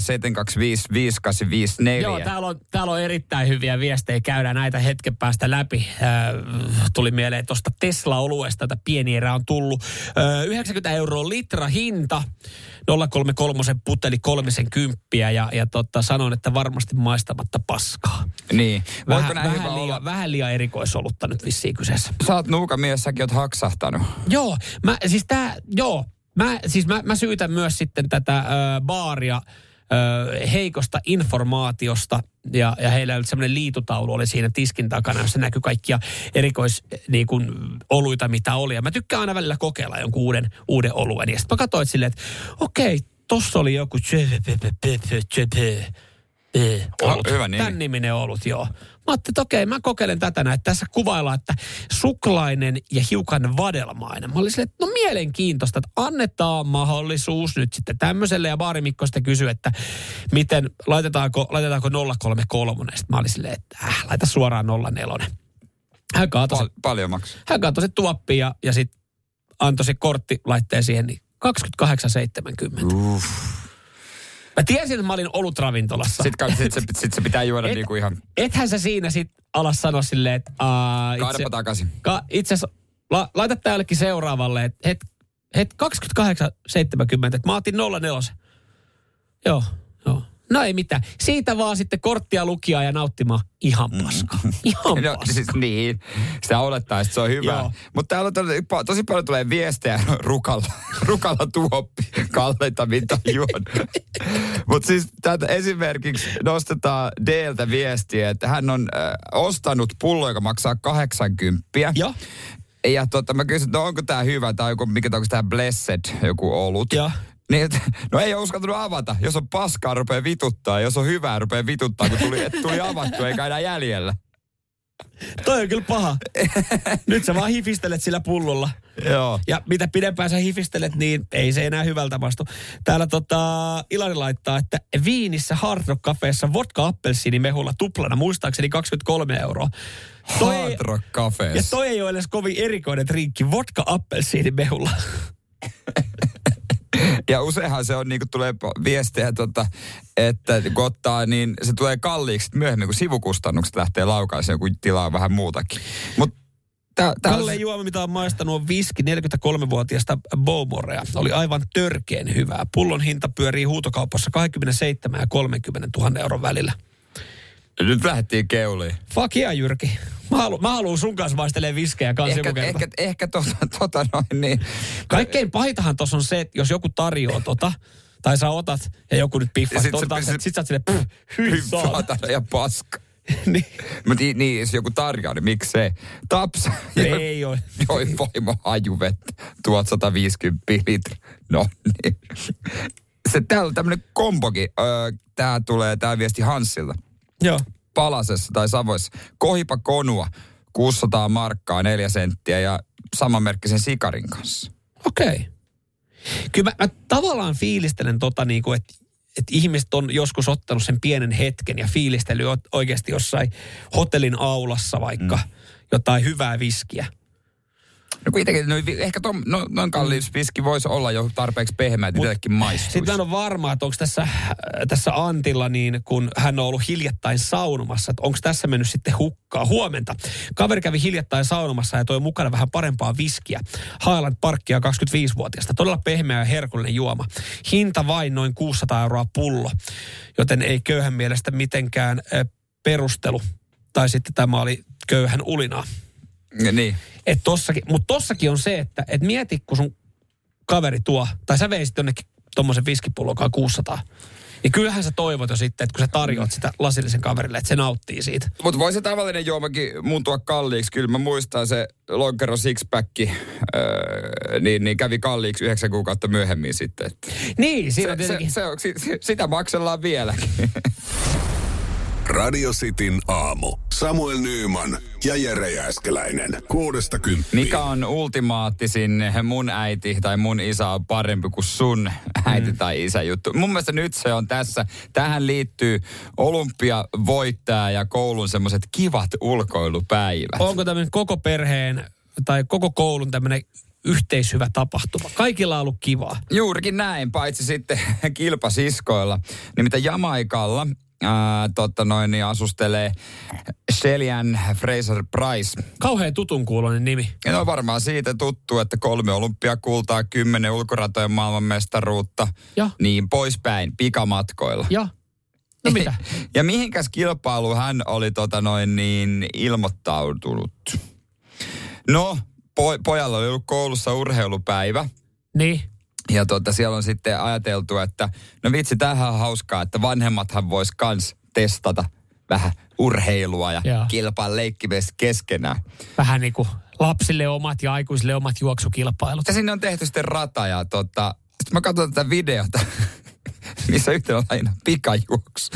Joo, täällä on erittäin hyviä viestejä. Käydään näitä hetken päästä läpi. Tuli mieleen tuosta Tesla-oluesta, jota pieni erä on tullut. 90 € litra hinta. 033 puteli 30 ja sanoin, että varmasti maistamatta paskaa. Niin. Voiko näin hyvä olla? Vähän liian erikoisolutta nyt vissiin kyseessä. Sä oot nuukamies, säkin oot haksahtanut. Joo, mä syytän myös sitten tätä baaria heikosta informaatiosta. Ja heillä oli semmoinen liitutaulu oli siinä tiskin takana, jossa näkyi kaikkia oluita, mitä oli. Ja mä tykkään aina välillä kokeilla jonkun uuden oluen. Ja sitten mä katsoin silleen, että okei, tossa oli joku olut. Hyvä nimi. Tän niminen olut, joo. Mä ajattelin, että okei, mä kokeilen tätä näin. Tässä kuvaillaan, että suklainen ja hiukan vadelmainen. Mä olin silleen, että no mielenkiintoista, että annetaan mahdollisuus nyt sitten tämmöiselle. Ja baarimikko sitten kysyi, että miten, laitetaanko 033. Sitten mä olin silleen, että laita suoraan 04. Hän kaatoi paljon maksaa. Hän kaatoi se tuoppi ja sitten antoi se kortti laitteen siihen, niin 28,70. Mä tiesin, että mä olin olutravintolassa. Sitten se pitää juoda niinku ihan... Ethän sä siinä sit alas sanoa silleen, että... Kaadapa takaisin. Itse asiassa laita tää jollekin seuraavalle, että 28,70, että mä otin 04. Joo. No ei mitään. Siitä vaan sitten korttia lukia ja nauttimaan ihan paska. Ihan paska. No, siis niin. Sitä olettaa, että se on hyvä. Mutta täällä on tosi paljon tulee viestejä rukalla tuoppi kalleita, mitä juon. Mutta siis täältä esimerkiksi nostetaan Dltä viestiä, että hän on ostanut pullo, joka maksaa 80. Joo. Ja mä kysyin, että no onko tää hyvä, tai onko tää Blessed joku olut. Joo. Niin, no ei ole uskaltanut avata. Jos on paskaa, rupeaa vituttaa. Jos on hyvää, rupeaa vituttaa, kun tuli avattu, eikä enää jäljellä. Toi on kyllä paha. Nyt sä vaan hifistelet sillä pullolla. Joo. Ja mitä pidempään sä hifistelet, niin ei se enää hyvältä vastu. Täällä Ilari laittaa, että Viinissä Hard Rock Cafeessa vodka appelsiinimehulla tuplana, muistaakseni 23 €. Hard Rock Cafeessa. Ja toi ei ole edes kovin erikoinen drinkki, vodka appelsiinimehulla. Ja useinhan se on, niin kuin tulee viestejä, että kun ottaa, niin se tulee kalliiksi myöhemmin, kun sivukustannukset lähtee laukaisen, joku tilaa vähän muutakin. Kalle juoma, mitä on maistanut, on viski 43-vuotiaasta Bowmorea. Oli aivan törkeen hyvää. Pullon hinta pyörii huutokaupassa 27 ja 30 000 € välillä. Nyt lähdettiin keuliin. Fuck yeah, Jyrki. Mä haluun sun kanssa maistelemaan viskejä kanssa joku kerta. Ehkä noin niin. Kaikkein pahitahan tossa on se, että jos joku tarjoaa tai sä otat ja joku nyt piffaa, sit sä oot silleen, hyi saatana ja paska. Niin. Mutta niin, jos joku tarjoaa, niin miksei? Taps. Ei ole. Joi vaimo hajuvettä. 150 litra. No niin. Se täällä tämmönen kombokin. Tää viesti Hanssilta. Joo. Palasessa tai Savoissa. Kohipa konua, 600 markkaa, 4 senttiä ja samanmerkkisen sikarin kanssa. Okei. Kyllä mä tavallaan fiilistelen niinku, että ihmiset on joskus ottanut sen pienen hetken ja fiilistely oikeasti jossain hotellin aulassa vaikka jotain hyvää viskiä. No kuitenkin, noin kallis viski voisi olla jo tarpeeksi pehmeä, että itsellekin maistuisi. Sitten mä en ole varma, että onko tässä Antilla niin, kun hän on ollut hiljattain saunomassa, että onko tässä mennyt sitten hukkaa. Huomenta. Kaveri kävi hiljattain saunomassa ja toi mukana vähän parempaa viskiä. Highland Parkia 25-vuotiaasta. Todella pehmeä ja herkullinen juoma. Hinta vain noin 600 € pullo, joten ei köyhän mielestä mitenkään perustelu. Tai sitten tämä oli köyhän ulinaa. Niin. Mutta tossakin on se, että mieti, kun sun kaveri tuo, tai sä veisit jonnekin tommosen viskipullon, joka on 600. Niin kyllähän sä toivot jo sitten, että kun sä tarjoat sitä lasillisen kaverille, että se nauttii siitä. Mutta voi se tavallinen juomakin muuntua kalliiksi. Kyllä mä muistan se Lonkero Sixpack, niin kävi kalliiksi 9 kuukautta myöhemmin sitten. Että niin, siinä on tietenkin. Sitä maksellaan vieläkin. Radio Cityn aamu. Samuel Nyyman ja Jere Jääskeläinen. 6-10. Mikä on ultimaattisin mun äiti tai mun isä on parempi kuin sun äiti tai isä juttu? Mun mielestä nyt se on tässä. Tähän liittyy olympiavoittaja ja koulun semmoiset kivat ulkoilupäivät. Onko tämmöinen koko perheen tai koko koulun tämmöinen yhteishyvä tapahtuma? Kaikilla on ollut kivaa. Juurikin näin, paitsi sitten kilpasiskoilla. Nimittäin Jamaikalla niin asustelee Shellyan Fraser Price. Kauhean tutun kuuloinen nimi. Ja on varmaan siitä tuttu, että 3 olympiakultaa, 10 ulkoratojen maailmanmestaruutta, ja niin poispäin pikamatkoilla. Ja no mitä? Ja mihinkäs kilpailu hän oli ilmoittautunut? No, pojalla oli ollut koulussa urheilupäivä. Niin. Ja siellä on sitten ajateltu, että no vitsi, tämähän on hauskaa, että vanhemmathan vois kans testata vähän urheilua ja kilpailla leikkimistä keskenään. Vähän niin kuin lapsille omat ja aikuisille omat juoksukilpailut. Ja sinne on tehty sitten rata ja sitten mä katson tätä videota, missä yhtenä aina pikajuoksu.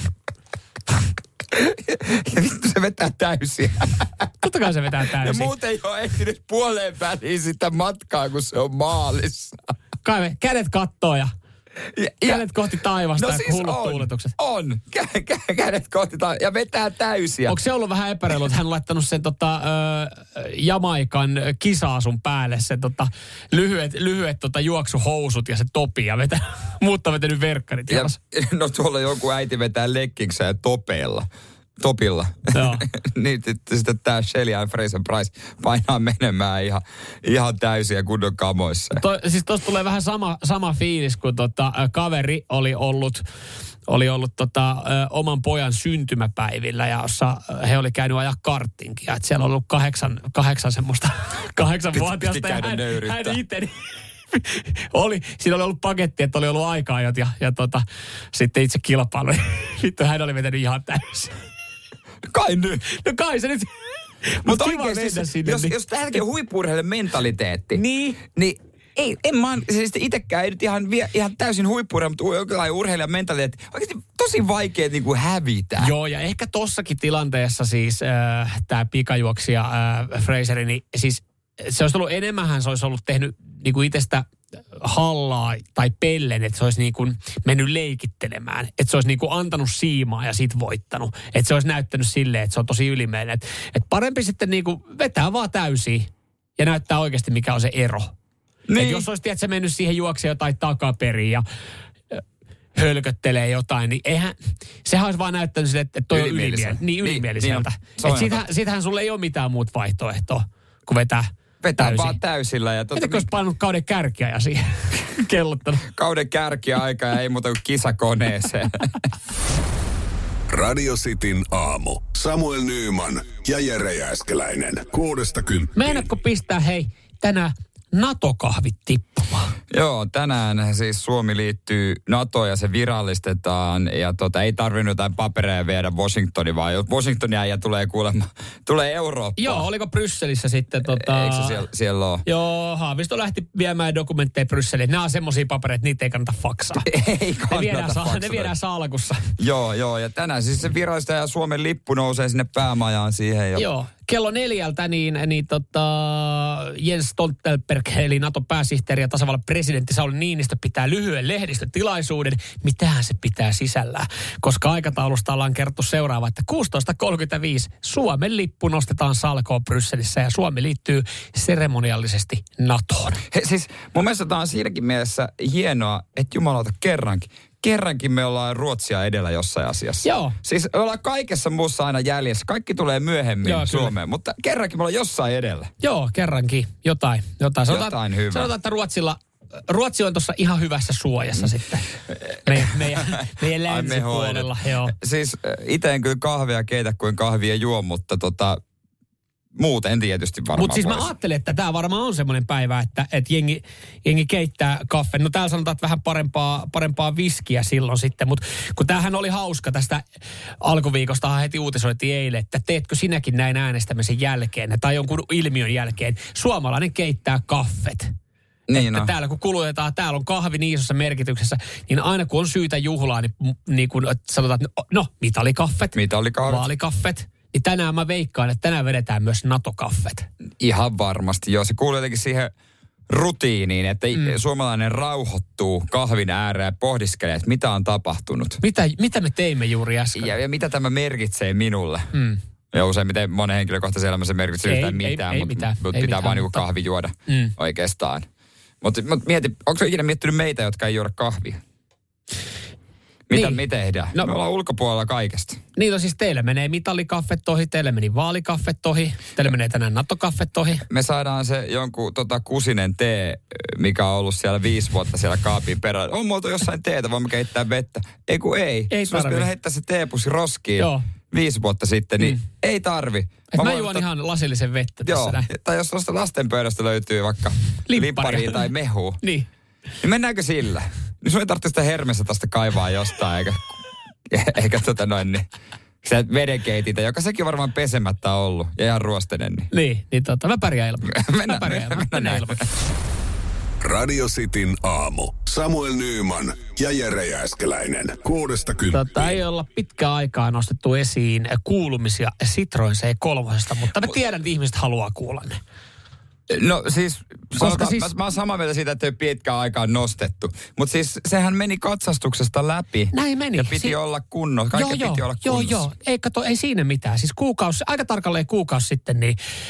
Ja vittu se vetää täysiä. Totta kai se vetää täysiä. Ja muuten ei ole ehtinyt puoleen väliin sitä matkaa, kun se on maalissa. Kai kädet kattoo ja kädet kohti taivasta ja siis hullut tuuletukset. On. Kädet kohti taivasta ja vetää täysiä. Onko se ollut vähän epäreilu, että hän on laittanut sen Jamaikan kisaasun päälle sen lyhyet juoksuhousut ja se topi ja muut on vetänyt verkkarit jalassa. No tuolla joku äiti vetää leggingsä ja topilla. Joo. Niin sitten tämä Shellyan Fraser Price painaa menemään ihan täysiä kunnon kamoissa. Siis tuossa tulee vähän sama fiilis, kun kaveri oli ollut oman pojan syntymäpäivillä, ja jossa he oli käynyt ajaa karttinkin. Ja siellä on ollut kahdeksan semmoista 8-vuotiaasta. Ja hän itse siinä oli ollut paketti, että oli ollut aika-ajot ja sitten itse kilpailu. Vittu, hän oli vetänyt ihan täysin. Kai nyt. No kai se nyt. Mutta oikeasti, jos täälläkin on huippu-urheilijan mentaliteetti, niin en mä siis itsekään ei nyt ihan täysin huippu-urheilija, mutta jokinlainen urheilijan mentaliteetti, oikeasti tosi vaikea niinku hävitä. Joo, ja ehkä tossakin tilanteessa siis tämä pikajuoksija Fraser, niin siis se olisi ollut enemmänhän, se olisi ollut tehnyt niinku itsestä hallaa tai pellen, että se olisi niin kuin mennyt leikittelemään. Että se olisi niin kuin antanut siimaa ja sit voittanut. Että se olisi näyttänyt silleen, että se on tosi ylimeinen. Että parempi sitten niin kuin vetää vaan täysiä ja näyttää oikeasti, mikä on se ero. Niin. Että jos olisi tiedät, mennyt siihen juoksemaan jotain takaperin ja hölköttelee jotain, niin sehän olisi vaan näyttänyt sille, että toi on ylimieliseltä. Että siitähän sulle ei ole mitään muuta vaihtoehtoa, kun vetää vaan täysillä. Ja etkö olisi painanut kauden kärkiä ja siihen kellottanut? Kauden kärkiä aika ja ei muuta kuin kisakoneeseen. Radio Cityn aamu. Samuel Nyyman ja Jere Jääskeläinen. 6-10. Meinaatko pistää tänään NATO-kahvit tippumaan? Joo, tänään siis Suomi liittyy NATOon ja se virallistetaan. Ja ei tarvinnut jotain papereja viedä Washingtoniin, vaan Washingtonia ja tulee Eurooppaan. Joo, oliko Brysselissä sitten Eikö se siellä ole? Joo, Haavisto lähti viemään dokumentteja Brysseliin. Nämä on semmosia papereita, niitä ei kannata faksaa. Ei kannata ne viedään salkussa. Joo, ja tänään siis se virallista ja Suomen lippu nousee sinne päämajaan siihen. Joo. Kello 4 Jens Stoltenberg, eli NATO-pääsihteeri ja tasavallan presidentti Sauli Niinistö pitää lyhyen lehdistötilaisuuden. Mitähän se pitää sisällään? Koska aikataulusta ollaan kerrottu seuraava, että 16.35 Suomen lippu nostetaan salkoon Brysselissä ja Suomi liittyy seremoniallisesti NATOon. Siis mun mielestä tämä on siinäkin mielessä hienoa, että jumalauta kerrankin me ollaan Ruotsia edellä jossain asiassa. Joo. Siis me ollaan kaikessa muussa aina jäljessä. Kaikki tulee myöhemmin Suomeen, mutta kerrankin me ollaan jossain edellä. Joo, kerrankin. Jotain Jotain hyvää. Sanotaan, että Ruotsi on tuossa ihan hyvässä suojassa sitten. Meidän länsipuolella. Joo. Siis itse en kyllä kahvia keitä kuin kahvia juo, mutta muuten tietysti varmaan Mutta siis mä ajattelen, että tämä varmaan on semmoinen päivä, että jengi keittää kaffen. No täällä sanotaan, että vähän parempaa viskiä silloin sitten. Mutta kun tämähän oli hauska tästä alkuviikosta, heti uutisoitiin eilen, että teetkö sinäkin näin äänestämisen jälkeen tai jonkun ilmiön jälkeen. Suomalainen keittää kaffet. Niin että täällä kun kulutetaan, täällä on kahvi niin isossa merkityksessä, niin aina kun on syytä juhlaa, niin kun sanotaan, että no, mitalikaffet, vaalikaffet, niin tänään mä veikkaan, että tänään vedetään myös NATO-kaffet. Ihan varmasti, joo. Se kuuluu jotenkin siihen rutiiniin, että suomalainen rauhoittuu kahvin ääreen ja pohdiskelee, että mitä on tapahtunut. Mitä me teimme juuri äsken? Ja mitä tämä merkitsee minulle. Ja useimmiten monen henkilökohtaisen elämässä merkitsee yhtään mitään, mutta pitää vaan niinku kahvi juoda oikeastaan. Mutta mieti, onko ikinä miettinyt meitä, jotka ei juoda kahvia? Mitä me tehdään? No, me ollaan ulkopuolella kaikesta. Niin, no siis teille menee mitalikaffet ohi, teille meni vaalikaffet ohi, teille menee tänään NATO-kaffet ohi. Me saadaan se jonkun kusinen tee, mikä on ollut siellä 5 vuotta siellä kaapin perällä. On muoto jossain teetä, voimme keittää vettä. Ei kun ei. Ei tarvi. Jos heittää se teepussi roskiin. Joo. 5 vuotta sitten, niin ei tarvi. Mä juon ihan lasillisen vettä tässä näin. Tai jos tuosta lasten pöydästä löytyy vaikka limpparia tai mehua, niin mennäänkö sillä? Niin sun ei tarvitse sitä hermessä tästä kaivaa jostain, eikä se vedenkeitintä, joka sekin varmaan pesemättä on ollut ja ihan ruostenen. Niin mä pärjään ilman. Mennään ilman. Radio Cityn aamu. Samuel Nyyman ja Jere Jääskeläinen. 6–10. Ei olla pitkään aikaa nostettu esiin kuulumisia Citroen C3, mutta mä tiedän, että ihmiset haluaa kuulla ne. No siis, mä oon samaa mieltä siitä, että ei pitkään aikaan nostettu. Mutta siis sehän meni katsastuksesta läpi. Näin meni. Ja piti olla kunnossa. Kaikki piti olla kunnossa. Joo. Ei siinä mitään. Siis aika tarkalleen kuukausi sitten,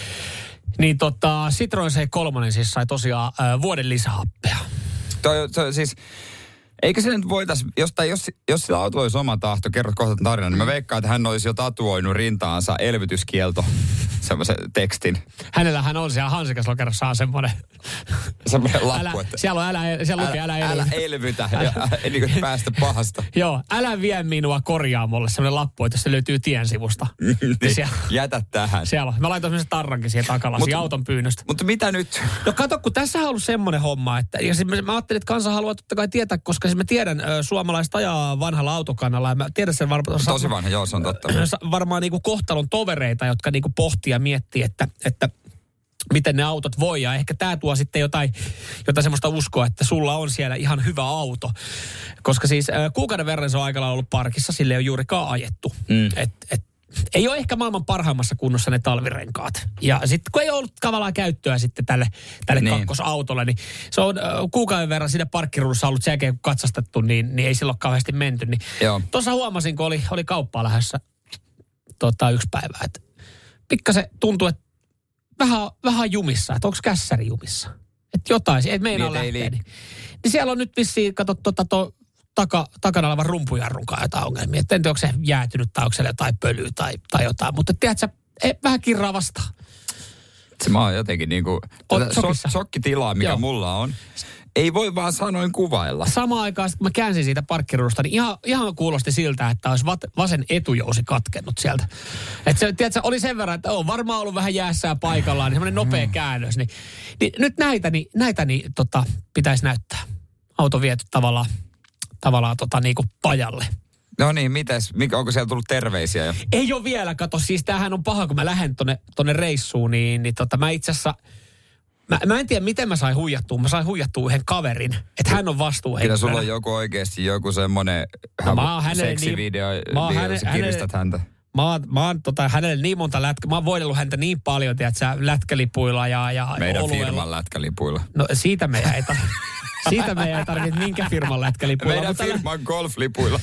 niin Citroen C3 siis sai tosiaan vuoden lisähappea. Siis, eikö se nyt voitaisiin, jos sillä autolla olisi oma tahto, kerrot kohta tarinan, niin mä veikkaan, että hän olisi jo tatuoinut rintaansa elvytyskielto, semmoisen tekstin. Hänellähän on siellä hansikaslokerossa on semmoinen lappu, että siellä lukee älä elvytä ja niin kuin päästä pahasta. Joo, älä vie minua korjaamolle, semmoinen lappu, että se löytyy tien sivusta. Niin, jätä tähän. Siellä on. Mä laitoin semmoisen tarrankin siihen takalasiin auton pyynnöstä. Mutta mitä nyt? No kato, kun tässä on ollut semmoinen homma, että ja siis mä ajattelin, että kansa haluaa totta kai tietää, koska siis mä tiedän, suomalaiset ajaa vanhalla autokannalla ja mä tiedän sen varmaan. Tosi vanha, joo, se on totta. Varmaan niinku kohtalon tovereita, jotka niinku pohtii ja miettii, että miten ne autot voi. Ja ehkä tämä tuo sitten jotain semmoista uskoa, että sulla on siellä ihan hyvä auto. Koska siis kuukauden verran se on aikalla ollut parkissa, sille ei ole juurikaan ajettu. Ei ole ehkä maailman parhaimmassa kunnossa ne talvirenkaat. Ja sitten kun ei ollut tavallaan käyttöä sitten tälle kakkosautolle, niin se on kuukauden verran siinä parkkiruudussa ollut sen jälkeen, kun katsastettu, niin ei silloin kauheasti menty. Niin tuossa huomasin, kun oli kauppaa lähdössä yksi päivä, että pikkasen tuntuu, että vähän jumissa, että onko kässäri jumissa. Että jotain, että meinaa lähteä. Niin siellä on nyt vissiin, kato takana olevan rumpujarrunkaan jotain ongelmia. Että en tiedä, onko se jäätynyt tai onko siellä jotain pölyä tai jotain. Mutta tiedätkö, vähän kirraa vastaan. Se mä oon jotenkin niinku, sokkitilaa, mikä mulla on. Ei voi vaan sanoin kuvailla. Samaan aikaan, kun mä käänsin siitä parkkiruudusta, niin ihan kuulosti siltä, että olisi vasen etujousi katkennut sieltä. Että se, tiedätkö, oli sen verran, että on varmaan ollut vähän jäässää paikallaan, niin semmoinen nopea käännös. Niin nyt näitä pitäisi näyttää. Auto viety tavallaan niinku pajalle. No niin, onko siellä tullut terveisiä jo? Ei ole vielä, kato, siis tämähän on paha, kun mä lähden tonne reissuun, niin mä itse asiassa, mä en tiedä, miten mä sain huijattua. Mä sain huijattua yhden kaverin, että hän on vastuuhenkilönä. Kyllä sulla on joku semmoinen seksivideo, kiristät häntä. Mä oon hänelle niin monta mä oon voidellut häntä niin paljon, tiedätkö, lätkälipuilla ja meidän firman lätkälipuilla. No siitä me ei tarvitse minkä firman lätkälipuilla. Meidän firman golflipuilla.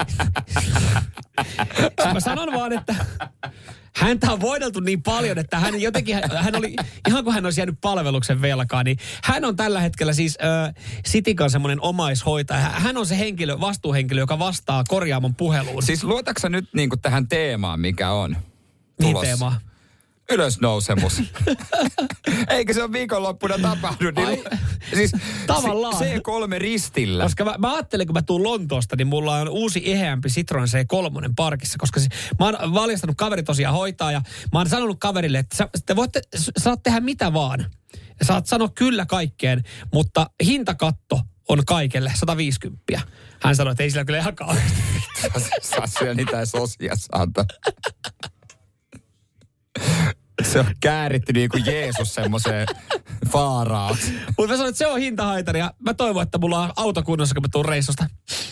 Mä sanon vaan, että häntä on voideltu niin paljon, että hän oli, ihan kuin hän olisi jäänyt palveluksen velkaan, niin hän on tällä hetkellä siis Citikan semmoinen omaishoitaja. Hän on se vastuuhenkilö, joka vastaa korjaamon puheluun. Siis luotatko nyt niinku tähän teemaan, mikä on tulossa? Niin teemaa? Ylösnousemus. Eikä se ole viikonloppuna tapahtunut. Niin, siis tavallaan. C3 ristillä. Koska mä ajattelin, kun mä tuun Lontoosta, niin mulla on uusi eheämpi Citroen C3 parkissa. Koska mä oon valjastanut kaveri tosiaan hoitaa ja mä oon sanonut kaverille, että saat tehdä mitä vaan. Saat sanoa kyllä kaikkeen, mutta hintakatto on kaikelle 150. Hän sanoi, että ei sillä kyllä ihan kauheasti. Saa syö niitä edes osia saata. Se on kääritty niin kuin Jeesus semmoiseen far out. Mutta mä sanoin, että se on hintahaitari ja mä toivon, että mulla on auto kunnossa, kun mä tuun reissusta.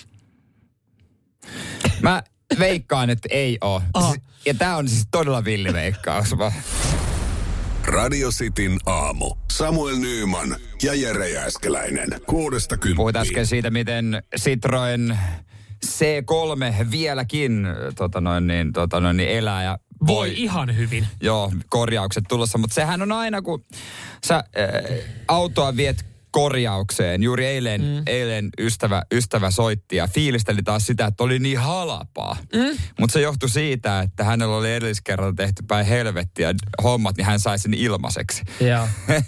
Mä veikkaan, että ei oo. Ja tää on siis todella villiveikkaus. Radio Cityn aamu. Samuel Nyyman ja Jere Jääskeläinen. 6-10. Puhuit äsken siitä, miten Citroen C3 vieläkin elää ja voi ihan hyvin. Joo, korjaukset tulossa, mutta sehän on aina, kun sä autoa viet korjaukseen. Juuri eilen ystävä soitti ja fiilisteli taas sitä, että oli niin halpaa. Mutta se johtui siitä, että hänellä oli edelliskerralla tehty päin helvettiä hommat, niin hän sai sen ilmaiseksi. Joo.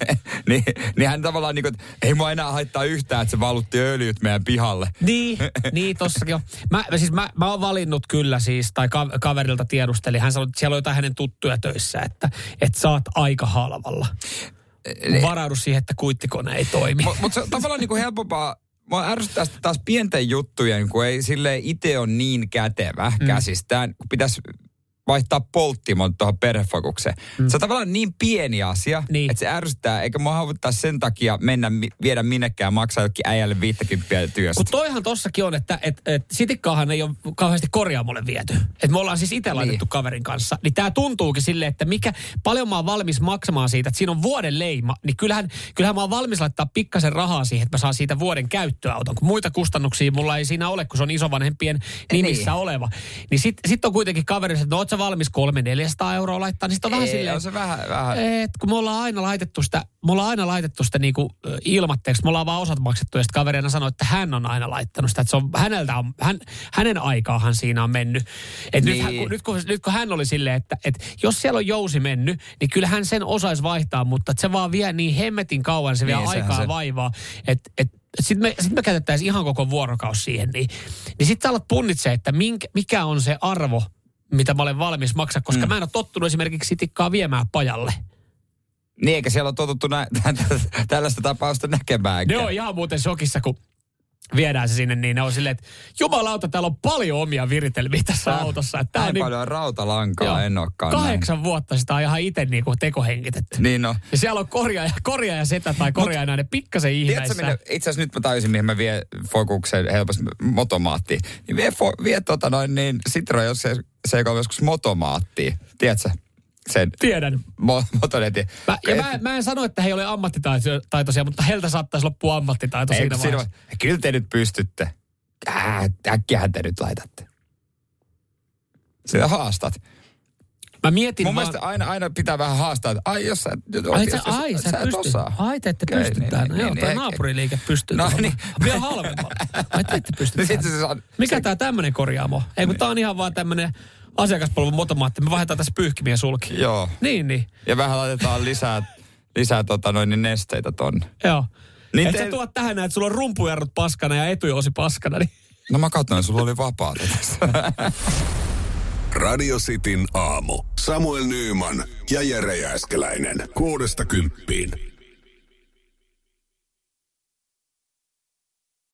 niin hän tavallaan niin kuin, ei mua enää haittaa yhtään, että se valutti öljyt meidän pihalle. Niin tossakin on. Mä oon valinnut kyllä siis, tai kaverilta tiedusteli. Hän sanoi, että siellä on jotain hänen tuttuja töissä, että saat aika halvalla. Varaudu siihen, että kuittikone ei toimi. Mutta se on tavallaan niinku helpompaa. Mua ärsyttää taas pienten juttujen, kun ei silleen itse ole niin kätevä käsistään, kun pitäisi vaihtaa polttimon tuohon perhefokukseen. Se on tavallaan niin pieni asia, että se ärsyttää, eikä mua havuttaa sen takia viedä minnekään maksaa jokin äijälle 50 työstä. Kun toihan tossakin on, että sitikkaahan ei ole kauheasti korjaamolle viety. Että me ollaan siis itse laitettu kaverin kanssa. Niin tää tuntuukin silleen, että paljon mä oon valmis maksamaan siitä, että siinä on vuoden leima. Niin kyllähän mä oon valmis laittaa pikkasen rahaa siihen, että mä saan siitä vuoden käyttöauton. Kun muita kustannuksia mulla ei siinä ole, kun se on isovanhempien nimissä oleva. Niin sit on kuitenkin kaverissa, että oot sä valmis 300-400 euroa laittaa, niin sit on vähän silleen, on se vähän. Kun me ollaan aina laitettu sitä niinku ilmatteeksi, me ollaan vaan osat maksettu, ja sitten kaverina sanoi, että hän on aina laittanut sitä, että se on, hänen aikaahan siinä on mennyt. Et niin. nyt kun hän oli silleen, että jos siellä on jousi mennyt, niin kyllä hän sen osaisi vaihtaa, mutta se vaan vie niin hemmetin kauan, se vie aikaa vaivaa, sitten me käytettäisiin ihan koko vuorokausi siihen, niin sitten sä alat punnitsee, että mikä on se arvo, mitä mä olen valmis maksaa, koska mä en ole tottunut esimerkiksi sitikkaa viemään pajalle. Niin, eikä siellä ole totuttu tällaista tapausta näkemään. Ne on ihan muuten shokissa, kun viedään se sinne, niin ne on silleen, että jumalauta, täällä on paljon omia viritelmiä tässä autossa. Että näin niin paljon rautalankaa en olekaan 8 vuotta sitä on ihan itse niinku tekohengitetty. Niin no. Ja siellä on korjaaja setä tai korjaaja pikkasen ihmeessä. Tiedätkö, itse asiassa nyt mä tajusin, mihin mä vie fokukseen helposti motomaattiin. Niin vie Citroen, jos se ei ole joskus motomaattia. Tiedätkö? Sen tiedän. Motonetin. Mä en sano, että he ei ole ammattitaitoisia, mutta heiltä saattaisi loppua ammattitaito siinä vaiheessa. Kyllä te nyt pystytte. Äkkiähän te nyt laitatte. Sitä haastat. Mä mietin mun mielestä aina pitää vähän haastaa, että jos sä et osaa. Ai te ette pysty tähän. Joo, toi naapuriliike pystyy. No niin. Vielä halvemmalla. Ai te ette pysty tähän. Mikä tää tämmönen korjaamo? Ei kun tää on ihan vaan tämmönen asiakaspalvelun motomaatti. Me vaihdetaan tässä pyyhkimiä sulki. Joo. Niin. Ja vähän laitetaan lisää nesteitä tonne. Joo. Niin et sä tuot tähän näin, että sulla on rumpujarrut paskana ja etujosi paskana. Niin. No mä katsoin, sulla oli vapaata tässä. Radio Cityn aamu. Samuel Nyyman ja Jere Jääskeläinen. 6-10.